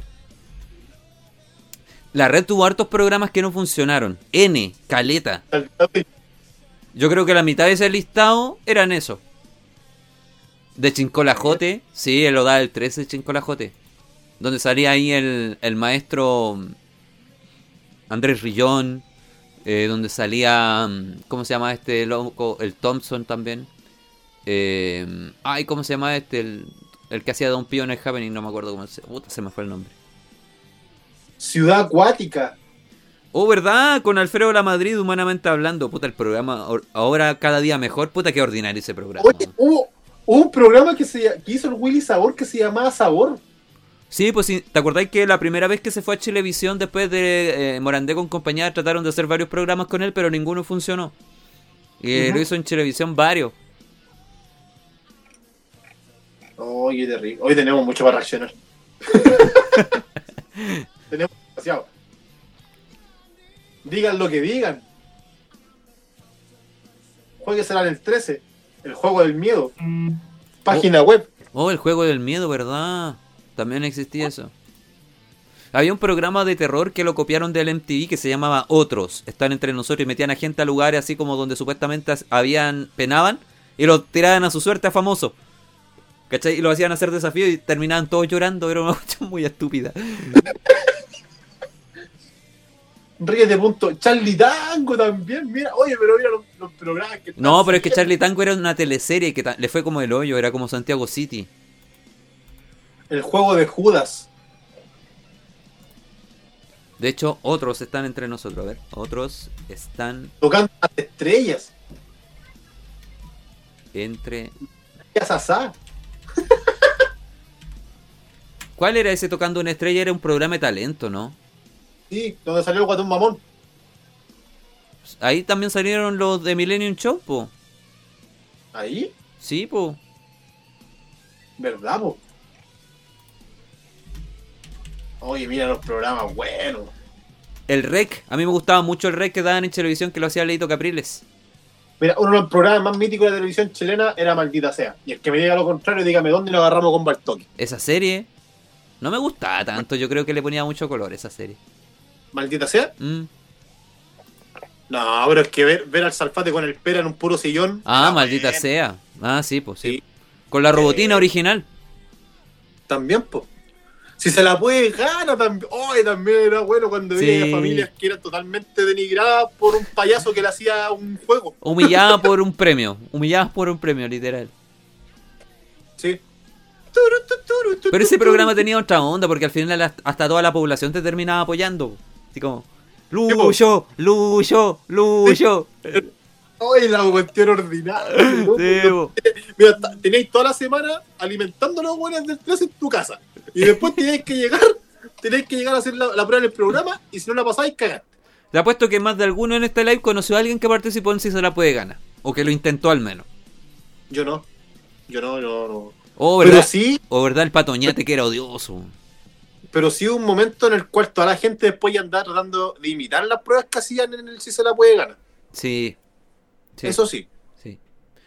La red tuvo hartos programas que no funcionaron. N, caleta. Yo creo que la mitad de ese listado eran eso. De Chincolajote. Sí, él lo da el 13 de Chincolajote. Donde salía ahí el maestro Andrés Rillón. Donde salía... ¿Cómo se llama este loco? El Thompson también. ¿Cómo se llama este? El que hacía Don Pío en el Happening. No me acuerdo cómo se... Puta, se me fue el nombre. Ciudad Acuática. Oh, ¿verdad? Con Alfredo Lamadrid, humanamente hablando. Puta, el programa ahora cada día mejor. Puta, qué ordinario ese programa. Oye, hubo un programa que hizo el Willy Sabor que se llamaba Sabor. Sí, pues sí. ¿Te acordáis que la primera vez que se fue a Chilevisión después de Morandé con compañía trataron de hacer varios programas con él, pero ninguno funcionó? Y lo hizo en Chilevisión varios. Oye, terrible. Hoy tenemos mucho para reaccionar. Tenemos demasiado. Digan lo que digan. Jueguesela en el 13. El juego del miedo. Página web. Oh, el juego del miedo, ¿verdad? También existía eso. Había un programa de terror que lo copiaron del MTV que se llamaba Otros. Están entre nosotros y metían a gente a lugares así como donde supuestamente penaban y los tiraban a su suerte a famosos. ¿Cachai? Y lo hacían hacer desafíos y terminaban todos llorando. Era una cuestión muy estúpida. Ríete punto. Charlie Tango también. Mira, oye, pero mira los programas que... No, pero es que Charlie Tango era una teleserie que le fue como el hoyo. Era como Santiago City. El juego de Judas. De hecho, otros están entre nosotros. A ver, otros están... Tocando las estrellas. Entre... Asá. ¿Cuál era ese Tocando una estrella? Era un programa de talento, ¿no? Sí, donde salió el Guatón Mamón. Ahí también salieron los de Millennium Show, po. ¿Ahí? Sí, po. ¿Verdad, po? Oye, mira los programas buenos. El Rec. A mí me gustaba mucho el Rec que daban en televisión que lo hacía Leito Capriles. Mira, uno de los programas más míticos de la televisión chilena era Maldita Sea. Y el que me diga lo contrario, dígame dónde lo agarramos con Bartoki. Esa serie no me gustaba tanto. Yo creo que le ponía mucho color esa serie. ¿Maldita Sea? No, pero es que ver al Salfate con el pera en un puro sillón. Maldita Sea. Sí, pues sí. Con la robotina original. También, pues. Si se la puede ganar también. Oye, también era bueno cuando veía familias que eran totalmente denigradas por un payaso que le hacía un juego. Humilladas por un premio. Humilladas por un premio, literal. Sí. Pero ese programa tenía otra onda porque al final hasta toda la población te terminaba apoyando. Así como... Lucho, Lucho, Lucho. Oye, la cuestión ordinaria. Mira, tenéis toda la semana alimentando a los buenos del 13 en tu casa. Y después tenéis que llegar a hacer la prueba en el programa. Y si no la pasáis, cagaste. Te apuesto que más de alguno en este live conoció a alguien que participó en Si Se La Puede Ganar. O que lo intentó al menos. Yo no. Oh, ¿verdad? Pero sí. O verdad el patoñate que era odioso. Pero sí hubo un momento en el cual toda la gente después ya andaba tratando de imitar las pruebas que hacían en el Si Se La Puede Ganar. Sí. Eso sí. Sí.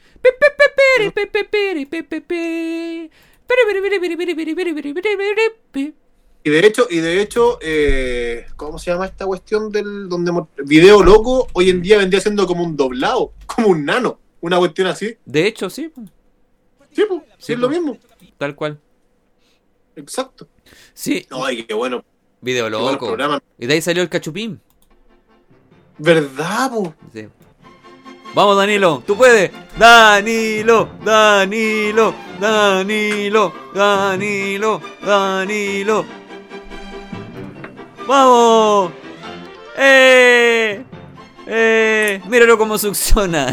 Y de hecho, ¿cómo se llama esta cuestión del donde Video Loco hoy en día vendría siendo como un doblado, como un nano, una cuestión así? De hecho, sí. Sí, pues, sí, es lo mismo. Tal cual. Exacto. Sí. Ay, qué bueno. Video Loco. Y de ahí salió el Cachupín. ¿Verdad, po? Sí. Vamos, Danilo, tú puedes. Danilo, Danilo, Danilo, Danilo, Danilo. ¡Vamos! Míralo cómo succiona.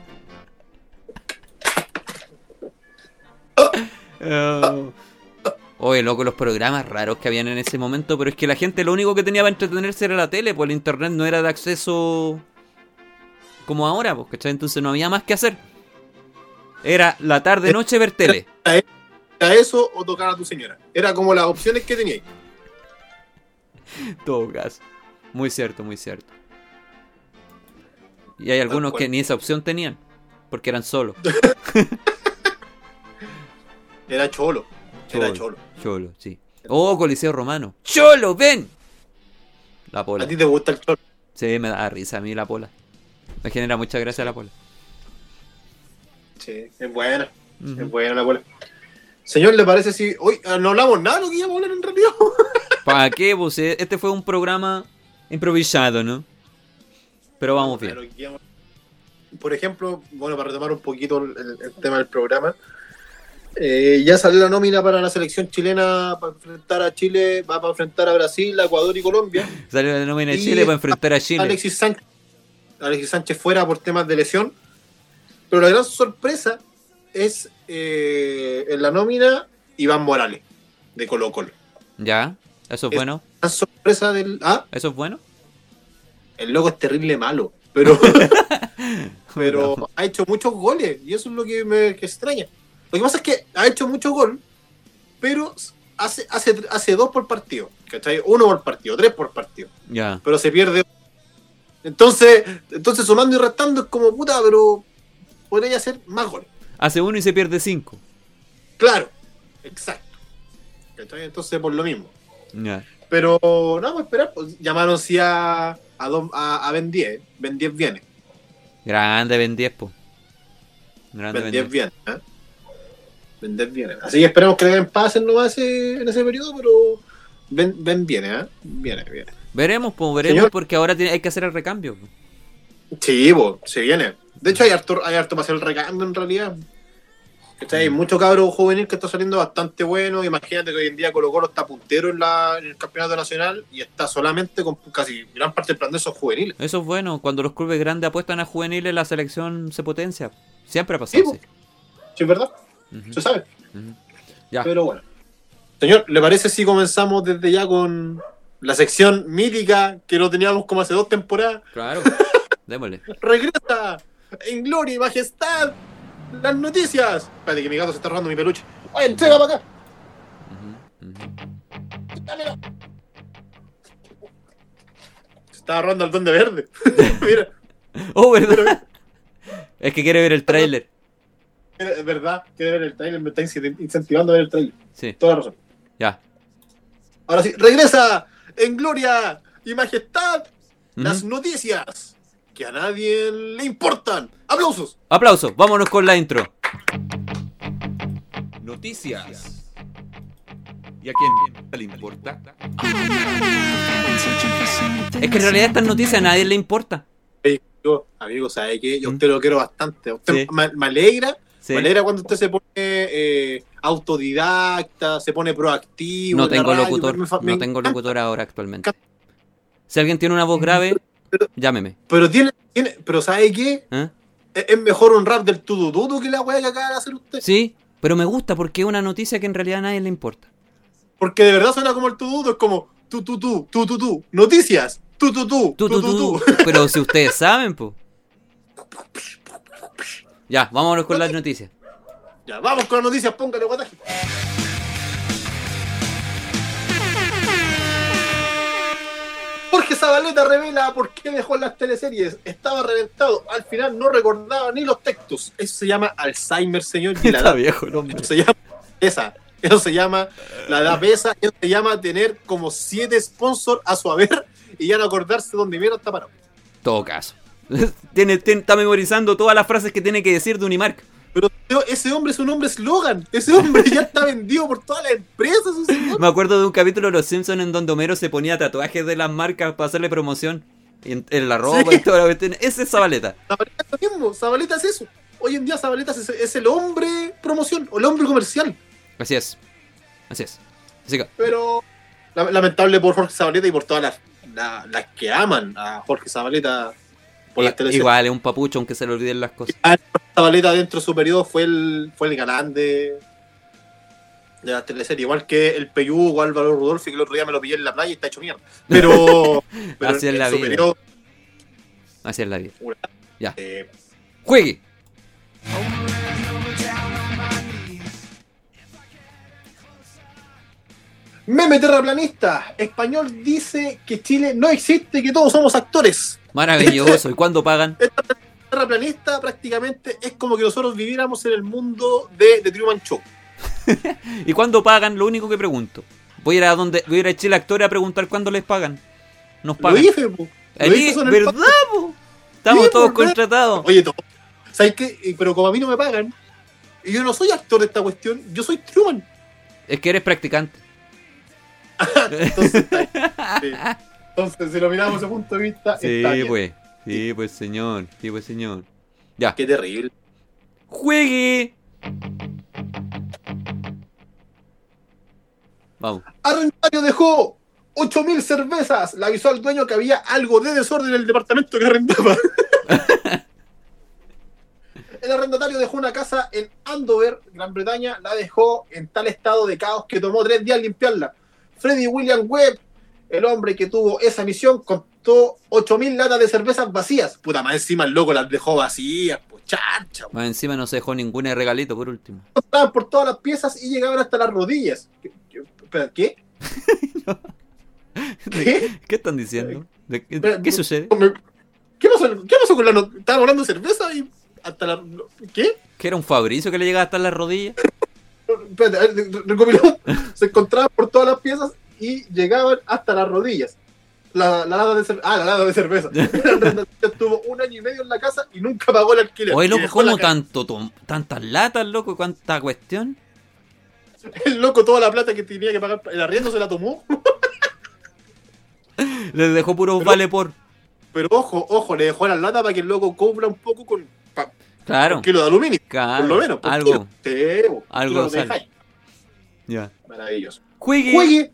Oye, loco, los programas raros que habían en ese momento, pero es que la gente lo único que tenía para entretenerse era la tele, pues el internet no era de acceso como ahora, pues, ¿cachai? Entonces no había más que hacer. Era la tarde, noche, ver tele. Era eso o tocar a tu señora. Era como las opciones que teníais. Todo caso. Muy cierto, muy cierto. Y hay algunos que ni esa opción tenían, porque eran solos. Era Cholo. Era Cholo. Cholo, sí. Oh, Coliseo Romano. ¡Cholo, ven! La Pola. ¿A ti te gusta el Cholo? Sí, me da risa a mí la Pola. Me genera mucha gracia la Pola. Sí, es buena. Es buena la Pola. Señor, ¿le parece si hoy no hablamos nada de lo que íbamos a hablar en realidad? ¿Para qué? Pues este fue un programa improvisado, ¿no? Pero vamos bien. Claro, por ejemplo, bueno, para retomar un poquito el tema del programa, ya salió la nómina para la selección chilena para enfrentar a Chile, va para enfrentar a Brasil, a Ecuador y Colombia. Salió la nómina de Chile para enfrentar a Chile. Alexis Sánchez fuera por temas de lesión, pero la gran sorpresa es en la nómina Iván Morales de Colo-Colo. Ya, eso es bueno. La sorpresa del... ¿Eso es bueno? El loco es terrible malo, pero pero ha hecho muchos goles y eso es lo que me extraña. Lo que pasa es que ha hecho muchos goles, pero hace 2 por partido, ¿cachai? 1 por partido, 3 por partido. Ya. Pero se pierde. Entonces sumando y restando es como puta, pero podría hacer más goles. Hace 1 y se pierde 5. Claro, exacto. ¿Cachai? Entonces por lo mismo. Ya. Pero no, vamos a esperar. Pues, llamaron sí a Ben 10. Ben 10 viene. Grande Ben 10, po. Grande Ben 10 viene. Ben 10 viene. Así que esperemos que le den pases nomás en ese periodo, pero Ben viene, Viene. Veremos, Señor, porque ahora hay que hacer el recambio. Po. Sí, se viene. De hecho, hay harto para hacer el recambio en realidad. Hay mucho cabro juvenil que está saliendo bastante bueno. Imagínate que hoy en día Colo-Colo está puntero en el campeonato nacional y está solamente con casi gran parte del plan de esos juveniles. Eso es bueno. Cuando los clubes grandes apuestan a juveniles, la selección se potencia. Siempre ha pasado así. Sí, es verdad. Se sabe. Ya. Pero bueno. Señor, ¿le parece si comenzamos desde ya con la sección mítica que no teníamos como hace 2 temporadas? Claro. Démosle. Regresa en gloria y majestad las noticias. Espérate que mi gato se está robando mi peluche. Oye, entrega para acá. Dámelo. Se está agarrando al Duende Verde. Mira. Oh, ¿verdad? Es que quiere ver el tráiler. Es verdad, quiere ver el tráiler. Me está incentivando a ver el tráiler. Sí. Toda la razón. Ya. Ahora sí, regresa en gloria y majestad las noticias que a nadie le importan. ¡Aplausos! Aplausos, vámonos con la intro. Noticias. ¿Y a quién le importa? Es que en realidad estas noticias a nadie le importa. Amigo, ¿sabe qué? Yo a usted lo quiero bastante. Usted me alegra. Sí. Me alegra cuando usted se pone autodidacta, se pone proactivo. No tengo locutor. No tengo locutor ahora actualmente. Si alguien tiene una voz grave, llámeme. Pero ¿sabe qué? Es mejor un rap del tudududu que la weá que acaba de hacer usted. Sí, pero me gusta porque es una noticia que en realidad a nadie le importa. Porque de verdad suena como el tududu, es como tu, noticias, tu. Pero si ustedes saben, pues. Ya, vámonos con las noticias. Ya, vamos con las noticias, póngale guataje. Jorge Zabaleta revela por qué dejó las teleseries. Estaba reventado. Al final no recordaba ni los textos. Eso se llama Alzheimer, señor. Y la Está viejo el hombre. Eso se llama la edad pesa. Eso se llama tener como 7 sponsors a su haber y ya no acordarse dónde mierda está parado. Todo caso. Está memorizando todas las frases que tiene que decir de Unimark. Pero ese hombre es un hombre eslogan. Ese hombre ya está vendido por todas las empresas. Me acuerdo de un capítulo de Los Simpsons en donde Homero se ponía tatuajes de las marcas para hacerle promoción en la ropa y toda la cuestión. Ese es Zabaleta. Zabaleta es lo mismo. Zabaleta es eso. Hoy en día Zabaleta es el hombre promoción o el hombre comercial. Así es. Así que... Pero lamentable por Jorge Zabaleta y por todas las que aman a Jorge Zabaleta. Igual es un papucho, aunque se le olviden las cosas. Zabaleta dentro de su periodo fue el galán de la teleserie, igual que el Peyú o Álvaro Rudolfi, que el otro día me lo pillé en la playa y está hecho mierda. Pero así es la vida. Periodo, así es la vida. Ya. ¡Juegue! Meme terraplanista. Español dice que Chile no existe, que todos somos actores. Maravilloso. ¿Y cuándo pagan? Esta terraplanista prácticamente es como que nosotros viviéramos en el mundo de Truman Show. ¿Y cuándo pagan? Lo único que pregunto. Voy a ir a Chile Actores a preguntar cuándo les pagan. Nos pagan. Lo IFE, po. Lo IFE son el ¿Verdad, po? Estamos Sí, todos ¿verdad? contratados. Oye, ¿sabes qué? Pero como a mí no me pagan, y yo no soy actor de esta cuestión, yo soy Truman. Es que eres practicante. Entonces, sí. Entonces, si lo miramos desde ese punto de vista, Sí, está bien. pues. Sí, pues, señor. Sí, pues, señor. Ya. Qué terrible. ¡Juegue! Vamos. Arrendatario dejó 8.000 cervezas. Le avisó al dueño que había algo de desorden en el departamento que arrendaba. El arrendatario dejó una casa en Andover, Gran Bretaña. La dejó en tal estado de caos que tomó 3 días limpiarla. Freddie William Webb, el hombre que tuvo esa misión, contó 8.000 latas de cervezas vacías. Puta, más encima el loco las dejó vacías. Pues chacha. Más encima no se dejó ningún regalito por último. Estaban por todas las piezas y llegaban hasta las rodillas. Espera, ¿qué? ¿Qué? ¿Qué están diciendo? ¿Qué Espera, sucede? ¿Qué pasó con la nota? Estábamos hablando de cerveza y hasta la... ¿Qué? ¿Que era un Fabricio que le llegaba hasta las rodillas? Espérate, a ver, recopilamos. Se encontraban por todas las piezas y llegaban hasta las rodillas. La lata de cerveza. La lata de cerveza. Estuvo 1 año y medio en la casa y nunca pagó el alquiler. Oye, Y loco, dejó la ¿cómo casa. tantas latas, loco? ¿Cuánta cuestión? El loco toda la plata que tenía que pagar el arriendo se la tomó. Les dejó puros vale por... Pero ojo, le dejó las latas para que el loco cobra un poco con Claro. un kilo de aluminio. Claro, Por lo menos. Por algo. kilo. Sí, por Algo kilo no te sale. dejáis. Ya. Maravilloso. ¡Juegue! Juegue.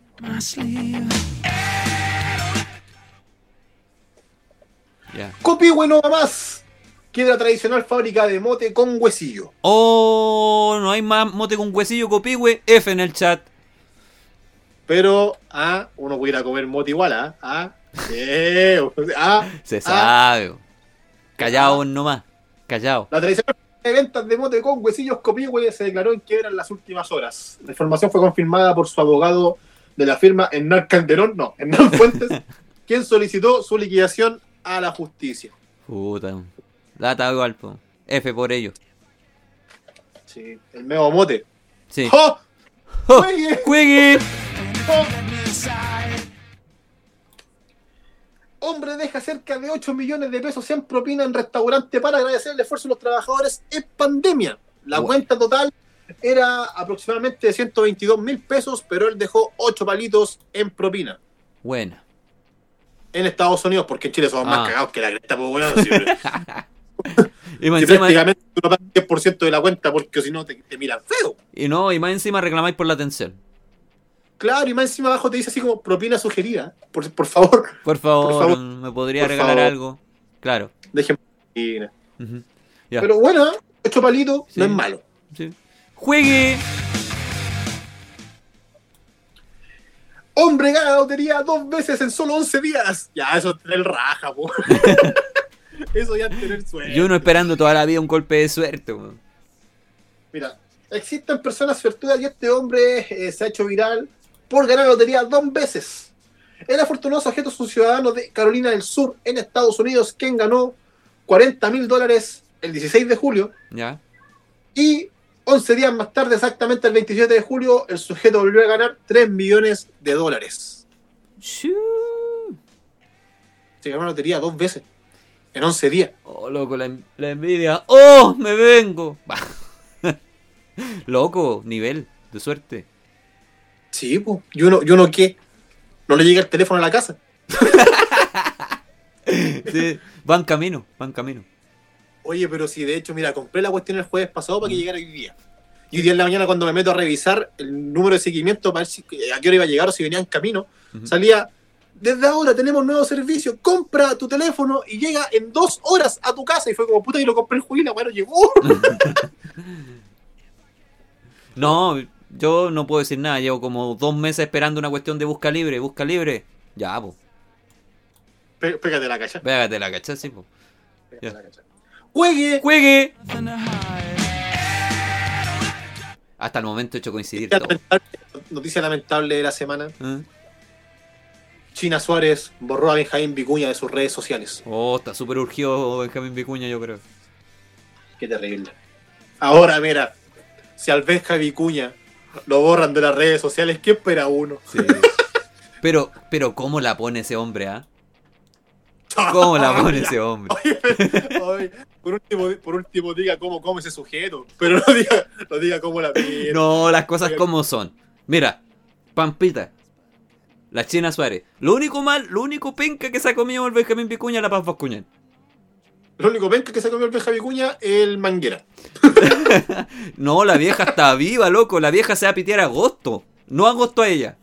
Ya. Copihue no va más. Queda la tradicional fábrica de mote con huesillo. Oh, no hay más mote con huesillo, copihue. F en el chat. Pero, uno pudiera comer mote igual, Se sabe. Callao nomás. Callao. La tradicional de ventas de mote con huesillos Copihue se declaró en quiebra en las últimas horas. La información fue confirmada por su abogado de la firma Hernán Calderón, Hernán Fuentes, quien solicitó su liquidación a la justicia. Puta. Lata igual, po. F por ello. Sí, el medio mote. Sí. ¡Oh! ¡Oh! ¡Juegue! ¡Juegue! ¡Oh! Hombre deja cerca de 8 millones de pesos en propina en restaurante para agradecer el esfuerzo de los trabajadores en pandemia. La cuenta total era aproximadamente de 122.000 pesos, pero él dejó 8 palitos en propina. Buena. En Estados Unidos, porque en Chile somos más cagados que la cresta, pues bueno, Y más si encima, prácticamente uno paga el 10% de la cuenta porque si no te miran feo. y más encima reclamáis por la atención. Claro, y más encima abajo te dice así como propina sugerida. Por favor, Por favor, Por favor. ¿me podría Por regalar favor. algo? Claro. dejen propina. Ujú. Ya. Pero bueno, 8 palitos Sí. no es malo. Sí. ¡Juegue! Hombre gana la lotería 2 veces en solo 11 días. Ya, eso es tener raja, po. Eso ya es tener suerte. Y uno esperando toda la vida un golpe de suerte, weón. Mira, existen personas suertudas y este hombre se ha hecho viral por ganar la lotería 2 veces. El afortunado sujeto es un ciudadano de Carolina del Sur, en Estados Unidos, quien ganó $40.000 el 16 de julio. ¿Ya? Y 11 días más tarde, exactamente el 27 de julio, el sujeto volvió a ganar $3 millones. Shoo. Se ganó la lotería 2 veces en 11 días. Oh, loco, la envidia. ¡Oh! ¡Me vengo! Bah. Loco, nivel de suerte. Sí, pues. ¿Y uno qué? ¿No le llega el teléfono a la casa? Sí, van camino. Oye, pero si de hecho, mira, compré la cuestión el jueves pasado para que llegara hoy día. Y hoy día en la mañana cuando me meto a revisar el número de seguimiento para ver a qué hora iba a llegar o si venía en camino, salía, desde ahora tenemos nuevo servicio, compra tu teléfono y llega en 2 horas a tu casa. Y fue como, puta, y lo compré en juila, bueno, llegó. No, yo no puedo decir nada. Llevo como 2 meses esperando una cuestión de busca libre. Busca libre. Ya, po. Pégate la cacha. Pégate la cachá, sí, po. Pégate la cacha. ¡Juegue! ¡Juegue! Hasta el momento he hecho coincidir Noticia todo. lamentable, noticia lamentable de la semana. ¿Eh? China Suárez borró a Benjamín Vicuña de sus redes sociales. Oh, está súper urgido Benjamín Vicuña, yo creo. Qué terrible. Ahora, mira, si al Benja Vicuña lo borran de las redes sociales, ¿qué espera uno? Sí. Pero ¿cómo la pone ese hombre, ah? ¿Cómo la pone ese hombre? Oye, por último diga cómo come ese sujeto, pero no diga cómo la pide. No, las cosas como son. Mira, Pampita, la China Suárez. Lo único penca que se ha comido el Benjamín Vicuña es la Paz Vascuñán. Lo único penca que se comió el Benja Vicuña es el Manguera. No, la vieja está viva, loco. La vieja se va a pitear a agosto. No agosto a ella.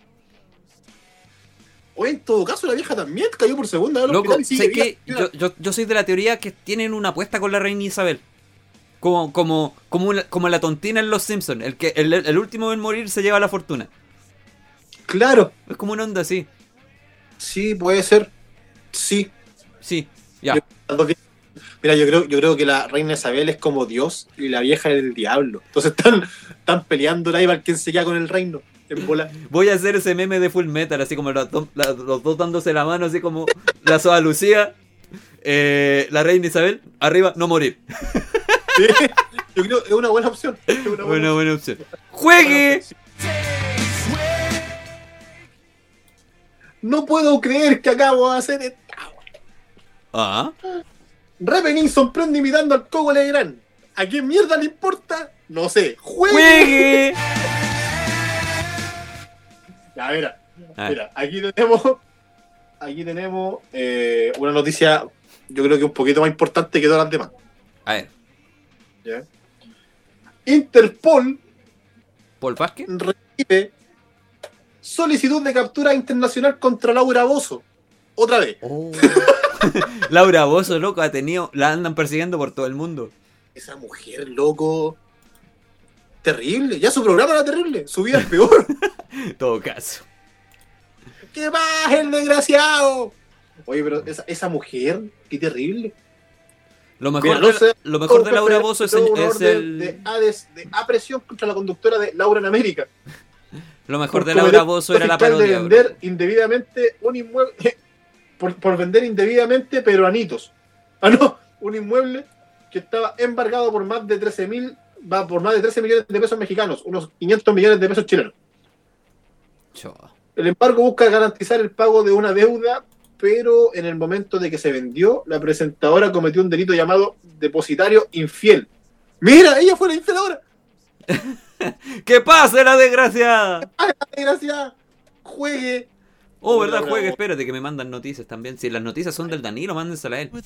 O en todo caso, la vieja también cayó por segunda vez al Loco, hospital y sigue sé que viva. yo soy de la teoría que tienen una apuesta con la reina Isabel. Como la tontina en Los Simpsons. El último en morir se lleva la fortuna. Claro, Es como una onda así. sí, puede ser. Sí. Sí, ya. Mira, yo creo que la reina Isabel es como Dios y la vieja es el diablo. Entonces están peleando ahí para quién se queda con el reino. En bola. Voy a hacer ese meme de Full Metal, así como los dos dándose la mano, así como la Soa Lucía, la reina Isabel, arriba, no morir. Sí, yo creo que es una buena opción. Es una Buena opción. ¡Juegue! No puedo creer que acabo de hacer esta. Ah, Repenin sorprende imitando al Coco Legrand. ¿A quién mierda le importa? No sé. ¡Juegue! ¡juegue! Ya, mira, Ah. mira, aquí tenemos una noticia, yo creo que un poquito más importante que todas las demás. A ver, ¿Ya? Interpol ¿Paul Vázquez? recibe solicitud de captura internacional contra Laura Bozzo. Otra vez. Oh. Laura Bozzo, loco, la andan persiguiendo por todo el mundo. Esa mujer, loco. Terrible. Ya su programa era terrible. Su vida es peor. En todo caso. ¡Qué baja el desgraciado! Oye, pero esa mujer, qué terrible. Lo mejor, Mira, no sé, lo mejor de Laura Bozzo es un orden el... de apresión contra la conductora de Laura en América. Lo mejor Por de Laura cometer Bozzo era la fiscal parodia. de vender indebidamente un inmueble por vender indebidamente peruanitos. Ah, no, un inmueble que estaba embargado por más de 13 millones de pesos mexicanos, unos 500 millones de pesos chilenos. Cho. El embargo busca garantizar el pago de una deuda, pero en el momento de que se vendió, la presentadora cometió un delito llamado depositario infiel. ¡Mira! ¡Ella fue la infiel ahora! ¡Que pase la desgraciada! ¡Ay, gracias! ¡Juegue! Oh, ¿verdad? Laura Juegue, Bozzo. espérate que me mandan noticias también. Si las noticias son del Danilo, mándensela a él.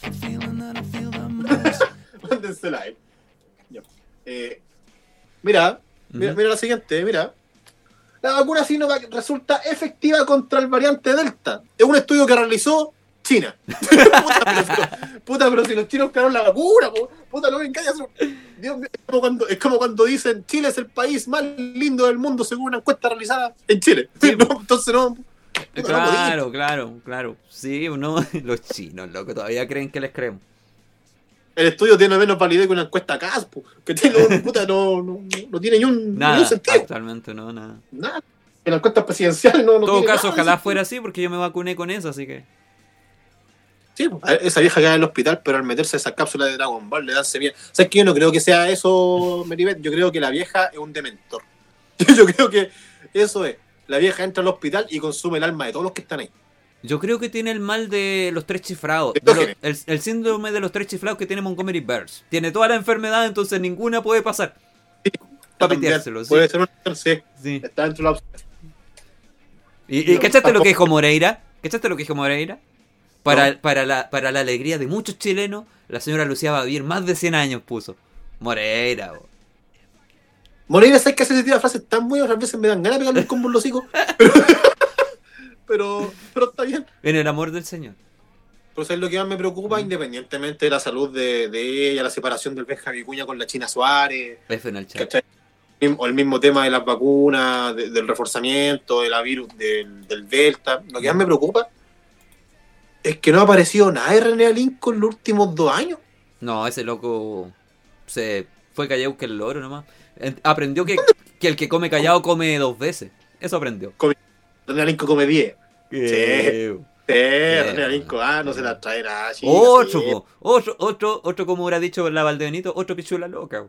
Mándensela a él. Ya. Mira la siguiente, mira. La vacuna Sinovac resulta efectiva contra el variante Delta. Es un estudio que realizó China. Pero si los chinos crearon la vacuna, puta, no me engañas. Dios mío, es como cuando dicen Chile es el país más lindo del mundo según una encuesta realizada en Chile. Sí, No, entonces no. Claro. Sí, no, los chinos, loco, todavía creen que les creemos. El estudio tiene menos validez que una encuesta CAS, que tiene, puta, no tiene ni un Nada, sentido. actualmente no, nada. Nada. En las encuestas presidenciales no En todo tiene caso, nada, ojalá sí. fuera así, porque yo me vacuné con eso, así que... Sí, esa vieja queda en el hospital, pero al meterse esa cápsula de Dragon Ball le dan semilla. ¿Sabes que yo no creo que sea eso, Meribet? Yo creo que la vieja es un dementor. Yo creo que eso es. La vieja entra al hospital y consume el alma de todos los que están ahí. Yo creo que tiene el mal de los tres chiflados. El síndrome de los tres chiflados que tiene Montgomery Burns. Tiene toda la enfermedad, entonces ninguna puede pasar. Para piteárselo, sí. Puede ser una sí. Sí. Está dentro de la opción. ¿Y No, cachaste lo que tampoco. dijo Moreira? ¿Cachaste lo que dijo Moreira? Para la alegría de muchos chilenos, la señora Lucía va a vivir más de 100 años, puso. Moreira, bo. Moreira, ¿sabes que hace ese tipo de frases tan buenas? A veces me dan ganas de pegarle un combo en los hocicos. Pero está bien. En el amor del Señor. Pero ¿sabes lo que más me preocupa? Independientemente de la salud de ella, la separación del Benja Vicuña con la China Suárez, F en el chat. ¿cachai? O el mismo tema de las vacunas, del reforzamiento, de la virus, del Delta. Lo que más me preocupa es que no ha aparecido nada de René Lincoln en los últimos 2 años. No, ese loco se fue callado que el loro nomás. Aprendió que el que come callado come 2 veces. Eso aprendió. René Alinco come 10. Sí. René Alinco, no se la trae nada. Otro, como hubiera dicho la Valdebenito, otro pichula loca.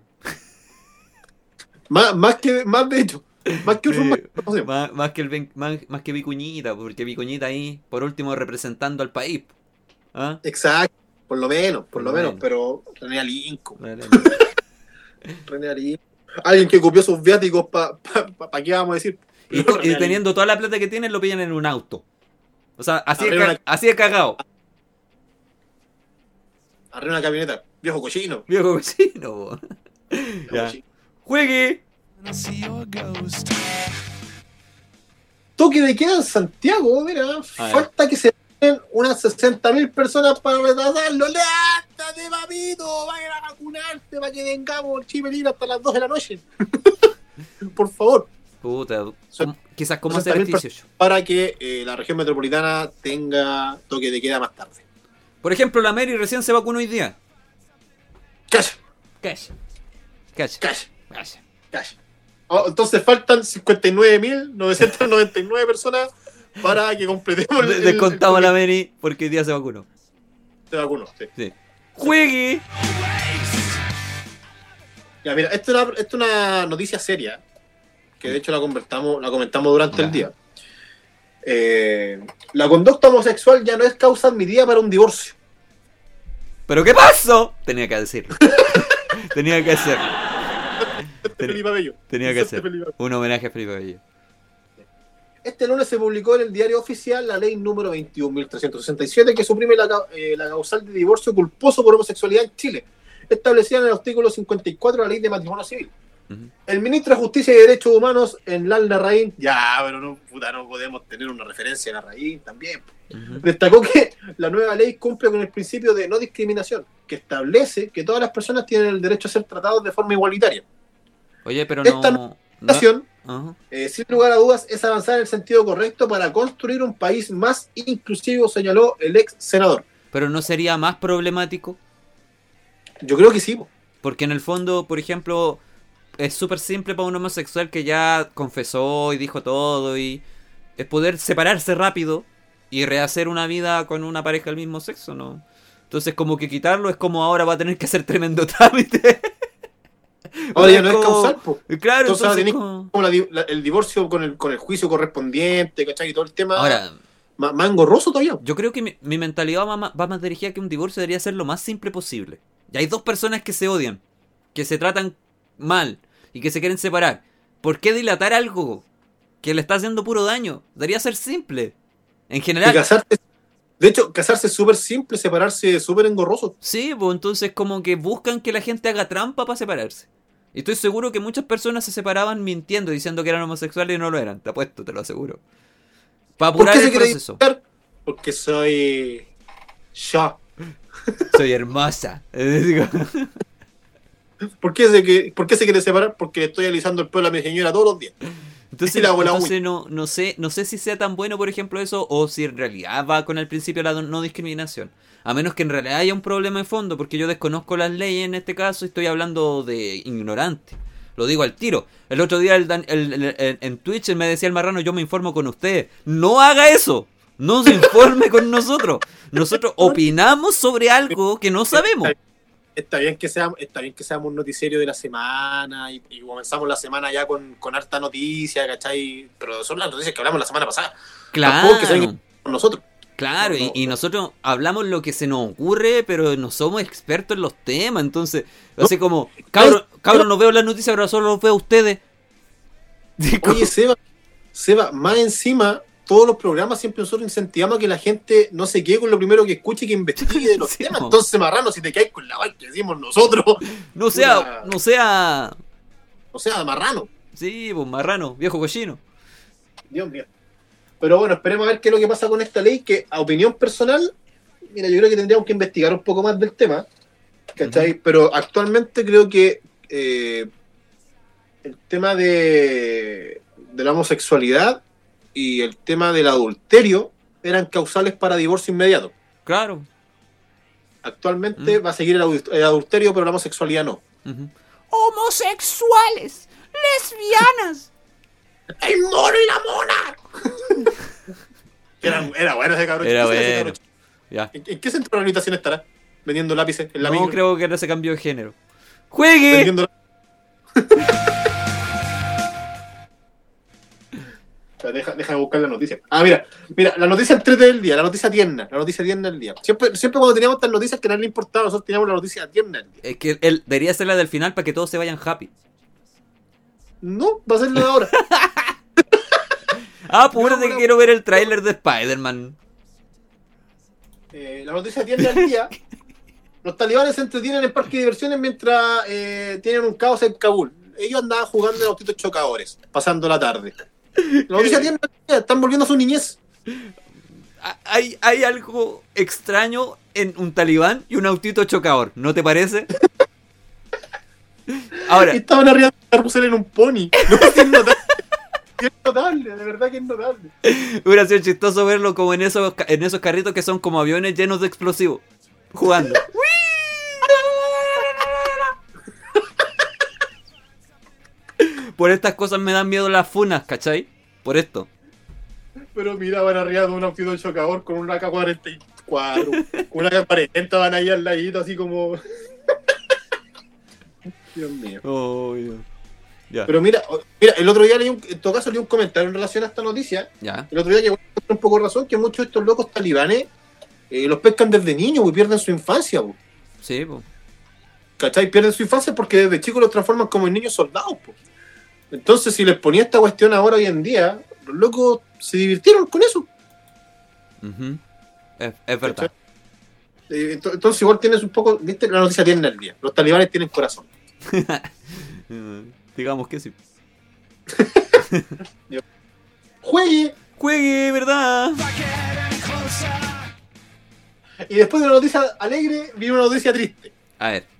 Más que otro, más que Vicuñita, porque Vicuñita ahí, por último, representando al país. ¿Ah? Exacto, por lo menos, pero René Alinco. René Alinco. Alguien que copió sus viáticos para qué vamos a decir. Y teniendo toda la plata que tienen, lo pillan en un auto. O sea, así de cagado. Arriba una camioneta. Viejo cochino. Ya. ¡Juegue! Toque de queda en Santiago, mira. Falta que se den unas 60.000 personas para retrasarlo. ¡Lástate, papito! Vayan a vacunarse para que tengamos el chip libre hasta las 2 de la noche. Por favor. Puta, quizás como hacer el 18. Para que la región metropolitana tenga toque de queda más tarde. Por ejemplo, la Mary recién se vacunó hoy día. Cash. Entonces faltan 59.999 personas para que completemos descontamos a la Mary porque hoy día se vacunó. Se vacunó, sí. ¡Juegue! Ya, mira, esto es una noticia seria, que de hecho la comentamos durante el día. La conducta homosexual ya no es causa admitida para un divorcio. ¿Pero qué pasó? Tenía que decirlo. Tenía que hacerlo. Tenía que hacer un homenaje a Felipe Bello. Este lunes se publicó en el diario oficial la ley número 21.367 que suprime la causal de divorcio culposo por homosexualidad en Chile, establecida en el artículo 54 de la ley de matrimonio civil. El ministro de Justicia y Derechos Humanos, Enlal Larraín, pero no podemos tener una referencia a Larraín también. Destacó que la nueva ley cumple con el principio de no discriminación, que establece que todas las personas tienen el derecho a ser tratados de forma igualitaria. Oye, pero esta nominación, sin lugar a dudas, es avanzar en el sentido correcto para construir un país más inclusivo, señaló el ex senador. ¿Pero no sería más problemático? Yo creo que sí. Porque en el fondo, por ejemplo, es súper simple para un homosexual que ya confesó y dijo todo, y es poder separarse rápido y rehacer una vida con una pareja del mismo sexo, ¿no? Entonces, como que quitarlo es como ahora va a tener que hacer tremendo trámite. Ahora ya no es causal, pues. Claro, entonces como el divorcio con el juicio correspondiente, ¿cachai? Y todo el tema. Ahora, más engorroso todavía. Yo creo que mi mentalidad va más dirigida a que un divorcio debería ser lo más simple posible. Y hay dos personas que se odian, que se tratan mal y que se quieren separar. ¿Por qué dilatar algo que le está haciendo puro daño? Debería ser simple. En general. De hecho, casarse es súper simple, separarse es súper engorroso. Sí, pues entonces como que buscan que la gente haga trampa para separarse. Y estoy seguro que muchas personas se separaban mintiendo, diciendo que eran homosexuales y no lo eran. Te apuesto, te lo aseguro. Para apurar el proceso. Porque soy yo. Soy hermosa. ¿Por qué se quiere separar? Porque le estoy alisando el pelo a mi señora todos los días. Entonces no sé si sea tan bueno, por ejemplo, eso, o si en realidad va con el principio de la no discriminación. A menos que en realidad haya un problema de fondo, porque yo desconozco las leyes en este caso y estoy hablando de ignorante. Lo digo al tiro. El otro día en Twitch me decía el marrano, yo me informo con ustedes. ¡No haga eso! No se informe con nosotros. Nosotros opinamos sobre algo que no sabemos. Está bien que seamos un noticiero de la semana y comenzamos la semana ya con harta noticia, ¿cachai? Pero son las noticias que hablamos la semana pasada. Claro. Que sean con nosotros. Claro, y nosotros hablamos lo que se nos ocurre, pero no somos expertos en los temas. Entonces, así como, cabrón, no veo las noticias, pero solo los veo a ustedes. Oye, Seba, más encima, todos los programas siempre nosotros incentivamos a que la gente no se quede con lo primero que escuche y que investigue de los temas. Entonces, marrano, si te caes con la vaina que decimos nosotros. No sea marrano. Sí, pues marrano, viejo cochino. Dios mío. Pero bueno, esperemos a ver qué es lo que pasa con esta ley, que a opinión personal, mira, yo creo que tendríamos que investigar un poco más del tema, ¿cachai? Pero actualmente creo que el tema de la homosexualidad y el tema del adulterio eran causales para divorcio inmediato. Claro. Actualmente va a seguir el adulterio, pero la homosexualidad no. homosexuales, lesbianas. ¡El mono y la mona! Era bueno ese cabrón. Era ¿Qué será ese bueno. cabrón? Ya. ¿En qué centro de rehabilitación estará? ¿Vendiendo lápices en la No, micro? creo que no se cambió de género. ¡Juegue! Vendiendo Deja de buscar la noticia. Ah, mira, la noticia entrete del día, la noticia tierna del día. Siempre cuando teníamos estas noticias que no le importaba, nosotros teníamos la noticia tierna del día. Es que él debería ser la del final para que todos se vayan happy. No, va a ser la de ahora. Apúrate No, que quiero ver el tráiler de Spider-Man. La noticia tierna del día. Los talibanes se entretienen en parques de diversiones mientras tienen un caos en Kabul. Ellos andaban jugando en autitos chocadores, pasando la tarde. La noticia tierna del día, están volviendo a su niñez. Hay algo extraño en un talibán y un autito chocador, ¿no te parece? Ahora, Y estaban arriba de un carrusel en un pony. No, es notable. Es notable, de verdad que es notable. hubiera sido chistoso verlo como en esos carritos que son como aviones llenos de explosivos, jugando. Por estas cosas me dan miedo las funas, ¿cachai? Por esto. Pero mira, van arriba de un autito chocador con una AK-44, con una AK-40, van ahí al ladito, así como... Dios mío. Oh, Dios. Ya. Pero mira, el otro día en todo caso leí un comentario en relación a esta noticia. Ya. El otro día que bueno, un poco razón, que muchos de estos locos talibanes los pescan desde niños y pierden su infancia, po. Sí, pues. ¿Cachai? Pierden su infancia porque desde chicos los transforman como en niños soldados, po. Entonces, si les ponía esta cuestión ahora hoy en día, los locos se divirtieron con eso. Es verdad. Entonces, igual tienes un poco, ¿viste? La noticia tiene el día. Los talibanes tienen corazón. Digamos que sí. ¡Juegue! Juegue, ¿verdad? Y después de una noticia alegre, viene una noticia triste. A ver.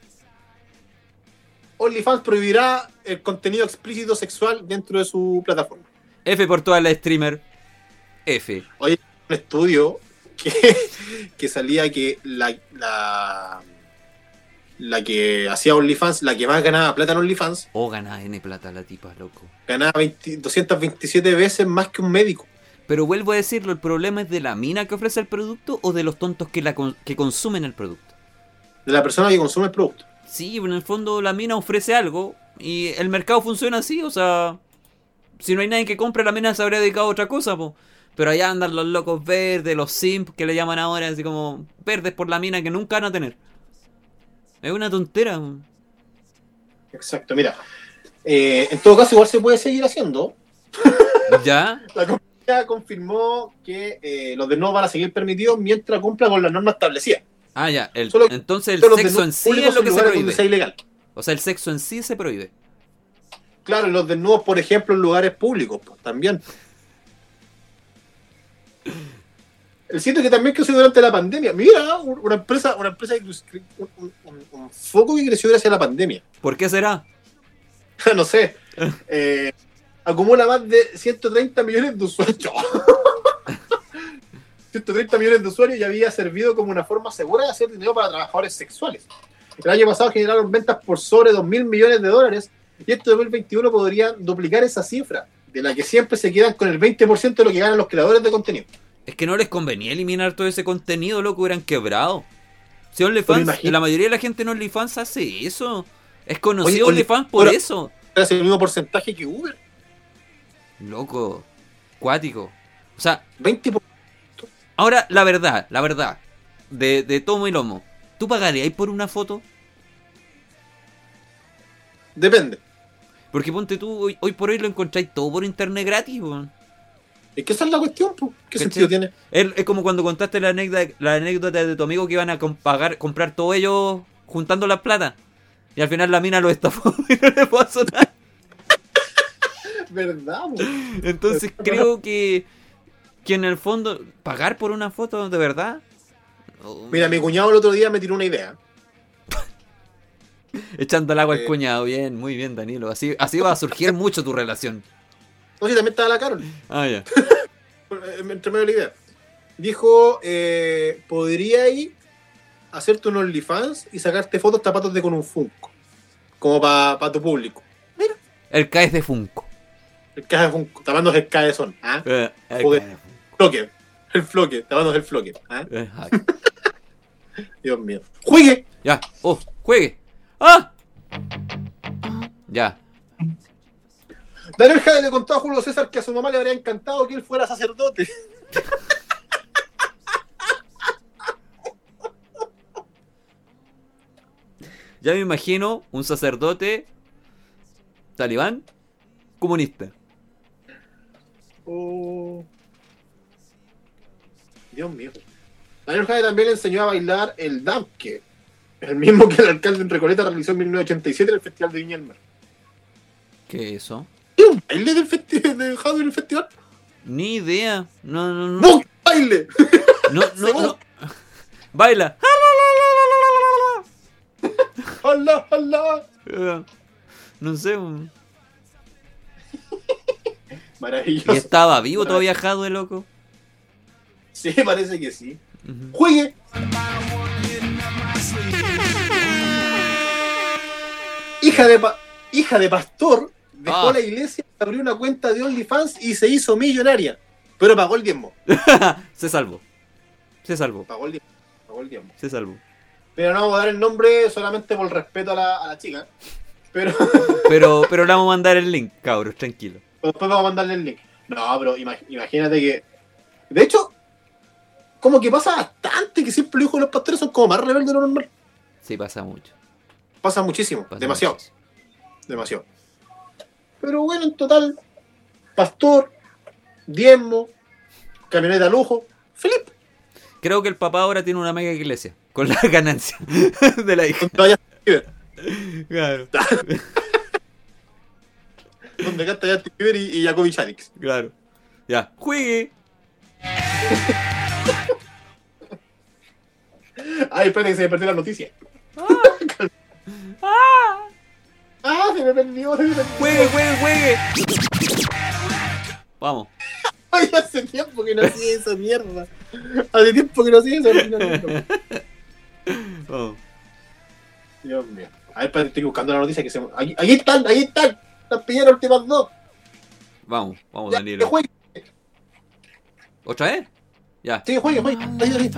OnlyFans prohibirá el contenido explícito sexual dentro de su plataforma. F por toda la streamer. F. Oye, un estudio que salía que la que hacía OnlyFans, la que más ganaba plata en OnlyFans, Ganaba N plata la tipa, loco. ganaba 227 veces más que un médico. Pero vuelvo a decirlo, ¿el problema es de la mina que ofrece el producto o de los tontos que consumen el producto? De la persona que consume el producto. Sí, en el fondo la mina ofrece algo y el mercado funciona así, o sea, si no hay nadie que compre, la mina se habría dedicado a otra cosa, po. Pero allá andan los locos verdes, los simps que le llaman ahora, así como verdes por la mina que nunca van a tener. Es una tontera. Exacto, mira. En todo caso, igual se puede seguir haciendo. ¿Ya? La compañía confirmó que los desnudos van a seguir permitidos mientras cumpla con las normas establecidas. Ah, ya. Solo- Entonces el Pero los sexo en desnudos sí públicos es lo en que se lugares donde sea prohíbe. ilegal. O sea, el sexo en sí se prohíbe. Claro, los desnudos, por ejemplo, en lugares públicos, pues, también. El sitio que también creció durante la pandemia. Mira, una empresa que un foco que creció gracias a la pandemia. ¿Por qué será? No sé. Acumula más de 130 millones de usuarios. 130 millones de usuarios y había servido como una forma segura de hacer dinero para trabajadores sexuales. El año pasado generaron ventas por sobre 2.000 millones de dólares y este 2021 podría duplicar esa cifra, de la que siempre se quedan con el 20% de lo que ganan los creadores de contenido. Es que no les convenía eliminar todo ese contenido, loco, hubieran quebrado. Si Pero OnlyFans, imagínate. la mayoría de la gente en OnlyFans hace eso. Es conocido Oye, OnlyFans por pero- eso. Es el mismo porcentaje que Uber. Loco, cuático. O sea, 20%. ahora la verdad, de tomo y lomo. ¿Tú pagarías por una foto? Depende. Porque ponte tú, hoy por hoy lo encontráis todo por internet gratis, weón. Es que esa es la cuestión, pues. ¿Qué ¿Cachai? sentido tiene? Es como cuando contaste la anécdota de tu amigo que iban a comprar todo ellos juntando la plata. Y al final la mina lo estafó y no le pasó nada. ¿Verdad, po? Entonces creo que en el fondo, pagar por una foto de verdad. Mira, mi cuñado el otro día me tiró una idea. Echando el agua al cuñado, bien, muy bien, Danilo. Así va a surgir mucho tu relación. No, si también estaba la Carol. Ah, ya. Entre medio de la idea. Dijo, podría ir hacerte un OnlyFans y sacarte fotos tapados de con un Funko. como para tu público. Mira, El K es de Funko. el caja está hablando del cabezón. ¿Ah? El Joder. K es de Funko. Floque. El floque, está hablando del floque. ¿Ah? Ay. Dios mío. ¡Juegue! Ya, juegue. ¡Ah! Ya. Daniel Jade le contó a Julio César que a su mamá le habría encantado que él fuera sacerdote. Ya me imagino un sacerdote talibán comunista. Oh. Dios mío. Daniel Jade también le enseñó a bailar el Damke, el mismo que el alcalde en Recoleta realizó en 1987 en el Festival de Viña del Mar. ¿Qué es eso? ¿Qué un baile de Jade en el festival? Ni idea. No. ¡No! ¡Baile! No. Baila. ¡Hala, hala! No sé. Maravilloso. ¿Y estaba vivo todavía Jadwe, loco? Sí, parece que sí. Ujú. ¡Juegue! Hija de pastor dejó la iglesia, abrió una cuenta de OnlyFans y se hizo millonaria. Pero pagó el diezmo. Se salvó. Pagó el diezmo. Se salvó. Pero no vamos a dar el nombre solamente por respeto a la chica. Pero Pero le vamos a mandar el link, cabros, tranquilo. después vamos a mandarle el link. No, pero imagínate que... De hecho, como que pasa bastante que siempre los hijos de los pastores son como más rebeldes de lo normal. Sí, pasa mucho. Pasa muchísimo. Pasa Demasiado. muchísimo. Demasiado. Pero bueno, en total, pastor, diezmo, camioneta lujo, Felipe. Creo que el papá ahora tiene una mega iglesia con la ganancia de la hija. Donde vaya a Bieber. Claro, Donde canta Justin Bieber y Jacoby Shaddix. claro. Ya, juegue. Ay, espérate que se me perdió la noticia. Se me perdió. Juegue. Vamos. Ay, hace tiempo que no hacía esa mierda. Hace tiempo que no hacía esa mierda. Vamos. Dios mío. A ver, espérate, estoy buscando la noticia que se... Ahí están. Las pillaron últimas dos. Vamos, Ya, Danilo. que juegue. ¿Otra vez? Ya. Sí, juegue. Ahí.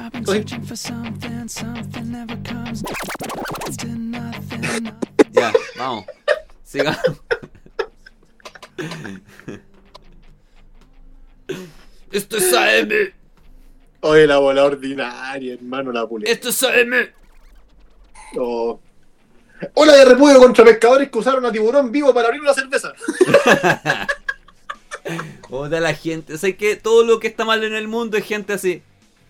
Ya, vamos. Sigamos. Esto es AM. Oye, la bola ordinaria, hermano, la puleta. Esto es AM. Oh. Ola de repudio contra pescadores que usaron a tiburón vivo para abrir una cerveza. Oda la gente. Sé que todo lo que está mal en el mundo es gente así.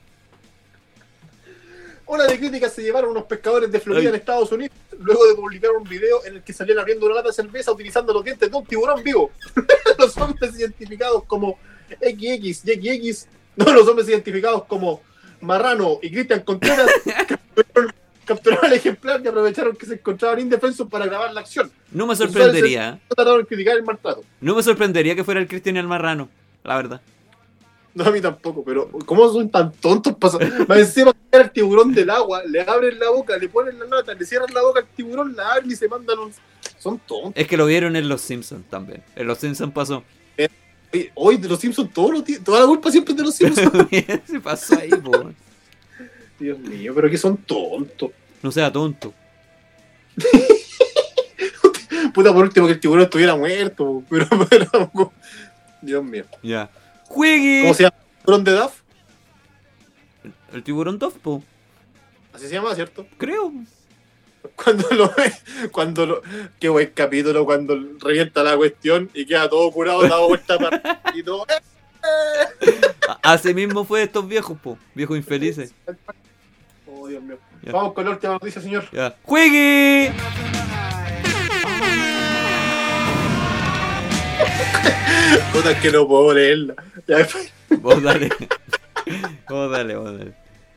Ola de críticas se llevaron unos pescadores de Florida Ay. en Estados Unidos luego de publicar un video en el que salían abriendo una lata de cerveza utilizando los dientes de un tiburón vivo. Los hombres identificados como XX, los hombres identificados como Marrano y Cristian Contreras capturaron el ejemplar y aprovecharon que se encontraban indefensos para grabar la acción. No me sorprendería. Trataron de criticar el maltrato. No me sorprendería que fuera el Cristian y el Marrano. La verdad. No, a mí tampoco, pero ¿cómo son tan tontos? Más encima sacar al tiburón del agua, le abren la boca, le ponen la lata, le cierran la boca al tiburón, la abren y se mandan un... Son tontos. Es que lo vieron en Los Simpsons también. En Los Simpsons pasó. Hoy de los Simpsons toda la culpa siempre es de los Simpsons. Se pasó ahí, po. Dios mío, pero que son tontos. No sea tonto. Puta, por último que el tiburón estuviera muerto, pero Dios mío. Ya. ¡Juegue! ¿Cómo se llama? ¿Tiburón de Duff? El tiburón Duff, po. Así se llama, ¿cierto? Creo. Qué buen capítulo cuando revienta la cuestión y queda todo curado, dado vuelta para y todo. Así mismo fue de estos viejos, po. Viejos infelices. Oh, Dios mío. Ya. Vamos con la última noticia, señor. Ya. ¡Juegue! Puta, que no puedo leerla. Ya, Vos dale. Vos dale.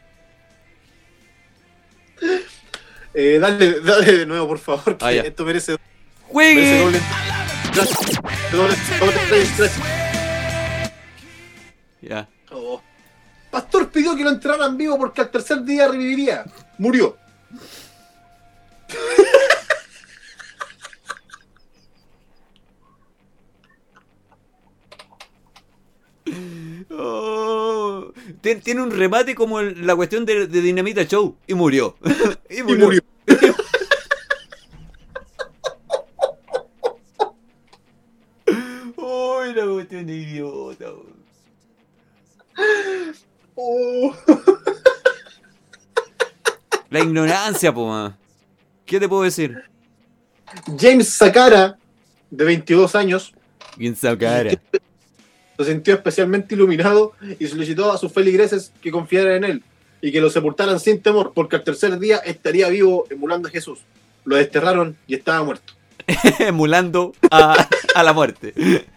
dale de nuevo, por favor, que Ah, ya. esto merece ¡Juegue! doble gracias. Ya. Oh. Pastor pidió que lo enterraran vivo porque al tercer día reviviría. Murió. Tiene un remate como la cuestión de Dinamita Show. Y murió. Y murió. Uy, la cuestión de idiota. Oh. La ignorancia, po, man. ¿Qué te puedo decir? James Sakara, de 22 años, ¿Quién sacara? se sintió especialmente iluminado y solicitó a sus feligreses que confiaran en él y que lo sepultaran sin temor, porque al tercer día estaría vivo emulando a Jesús. Lo desterraron y estaba muerto. Emulando a la muerte.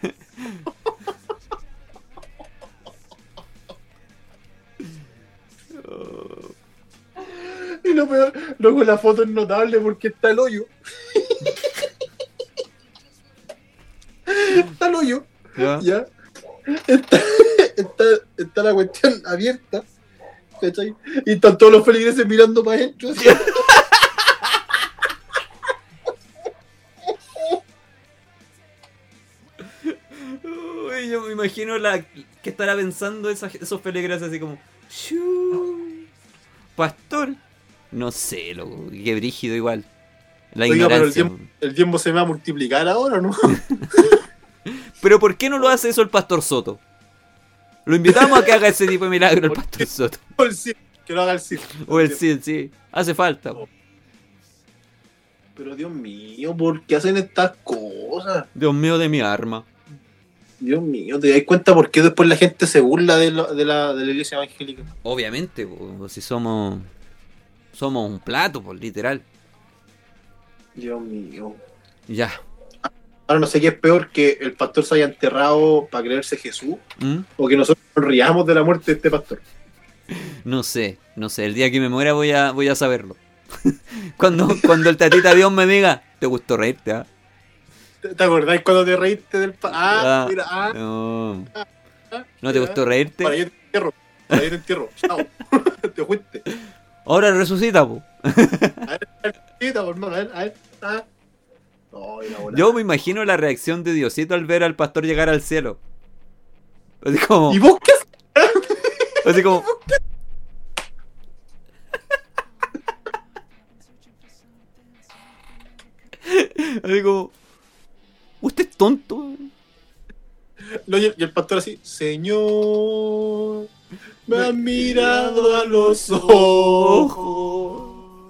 Y lo peor, luego la foto es notable porque está el hoyo. Está el hoyo. ¿Ya? Está la cuestión abierta. ¿Cachai? Y están todos los feligreses mirando para adentro. Uy, yo me imagino que estará pensando esos feligreses así como... Pastor. No sé, loco, qué brígido igual. La ignorancia. Pero el tiempo se va a multiplicar ahora, ¿no? Pero ¿por qué no lo hace eso el Pastor Soto? Lo invitamos a que haga ese tipo de milagro el Pastor Soto. O el Cid, que lo haga el Cid. O el Cid, sí. Hace falta. Pero Dios mío, ¿por qué hacen estas cosas? Dios mío de mi arma. Dios mío, ¿te das cuenta por qué después la gente se burla de la iglesia evangélica? Obviamente, si somos un plato, pues, literal. Dios mío. Ya. Ahora no sé qué es peor, que el pastor se haya enterrado para creerse Jesús, ¿Mm? o que nosotros nos riamos de la muerte de este pastor. No sé. El día que me muera voy a saberlo. Cuando el tatita Dios me diga, ¿te gustó reírte, ah? ¿Te acordás cuando te reíste del mira, ¿No te gustó reírte? Para yo te entierro. Chao. Te fuiste. Ahora resucita, po. A ver. No, yo me imagino la reacción de Diosito al ver al pastor llegar al cielo. Así como... ¿Y vos qué? Así como... Así como... ¿Usted es tonto? No, y el pastor así, Señor, me han mirado a los ojos,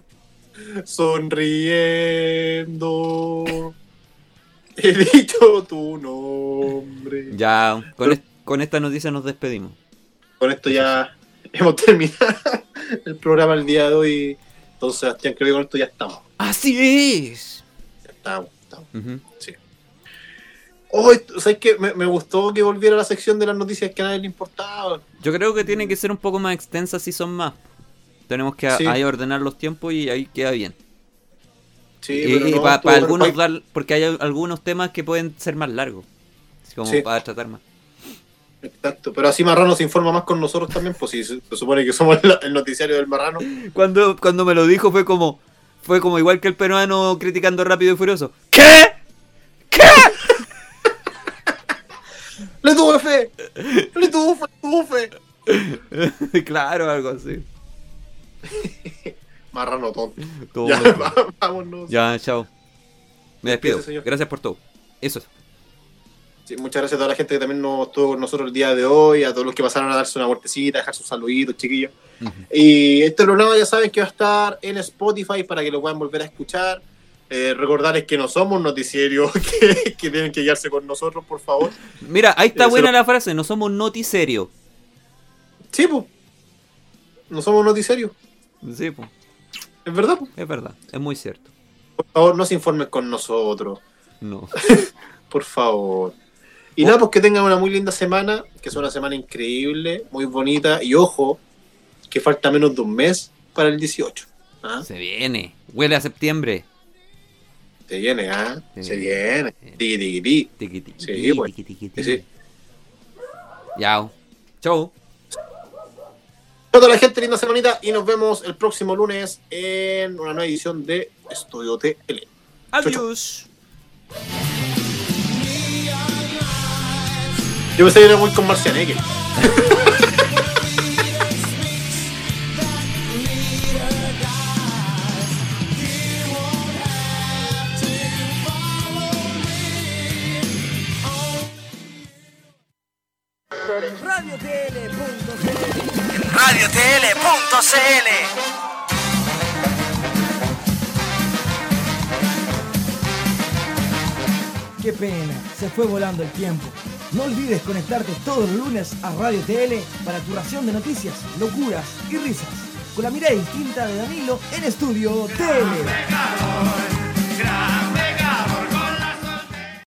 sonriendo, he dicho tu nombre. Ya, con esta noticia nos despedimos. Con esto ya hemos terminado el programa el día de hoy. Entonces, Sebastián, creo que con esto ya estamos. ¡Así es! Ya estamos. Uh-huh. Sí. Oh, ¿sabes qué? Me gustó que volviera a la sección de las noticias que a nadie le importaba. Yo creo que tiene que ser un poco más extensa si son más. Tenemos que ahí ordenar los tiempos y ahí queda bien. Sí, y no, para algunos porque hay algunos temas que pueden ser más largos. Como para tratar más. Exacto, pero así Marrano se informa más con nosotros también, pues si se supone que somos el noticiario del Marrano. Cuando me lo dijo fue como igual que el peruano criticando Rápido y Furioso. ¿Qué? ¡Le tuve fe! Claro, algo así. Marrano tonto. Ya, vámonos. Ya, chao. Me despido. Señor. Gracias por todo. Eso es. Sí, muchas gracias a toda la gente que también nos estuvo con nosotros el día de hoy, a todos los que pasaron a darse una vueltecita, a dejar sus saluditos, chiquillos. Uh-huh. Y este programa ya saben que va a estar en Spotify para que lo puedan volver a escuchar. Recordarles que no somos noticierios que tienen que guiarse con nosotros, por favor. Mira, ahí está buena la frase, no somos noticerios. Sí, pues. No somos noticierios. Sí, pues. Es verdad, pues. Es verdad, es muy cierto. Por favor, no se informen con nosotros. No. Por favor. Y nada, pues que tengan una muy linda semana, que sea una semana increíble, muy bonita. Y ojo, que falta menos de un mes para el 18. ¿Ah? Se viene, huele a septiembre. Se viene, ¿ah? Se viene. Tiqui. Sí, pues. Sí. Chao. Chau. A toda la gente, linda semanita. Y nos vemos el próximo lunes en una nueva edición de Estudio TL. Adiós. Yo pensé que era muy con Marcianeque. En radiotl.cl. Qué pena, se fue volando el tiempo. No olvides conectarte todos los lunes a Radio TL para tu ración de noticias, locuras y risas. Con la mirada distinta de Danilo en Estudio TL.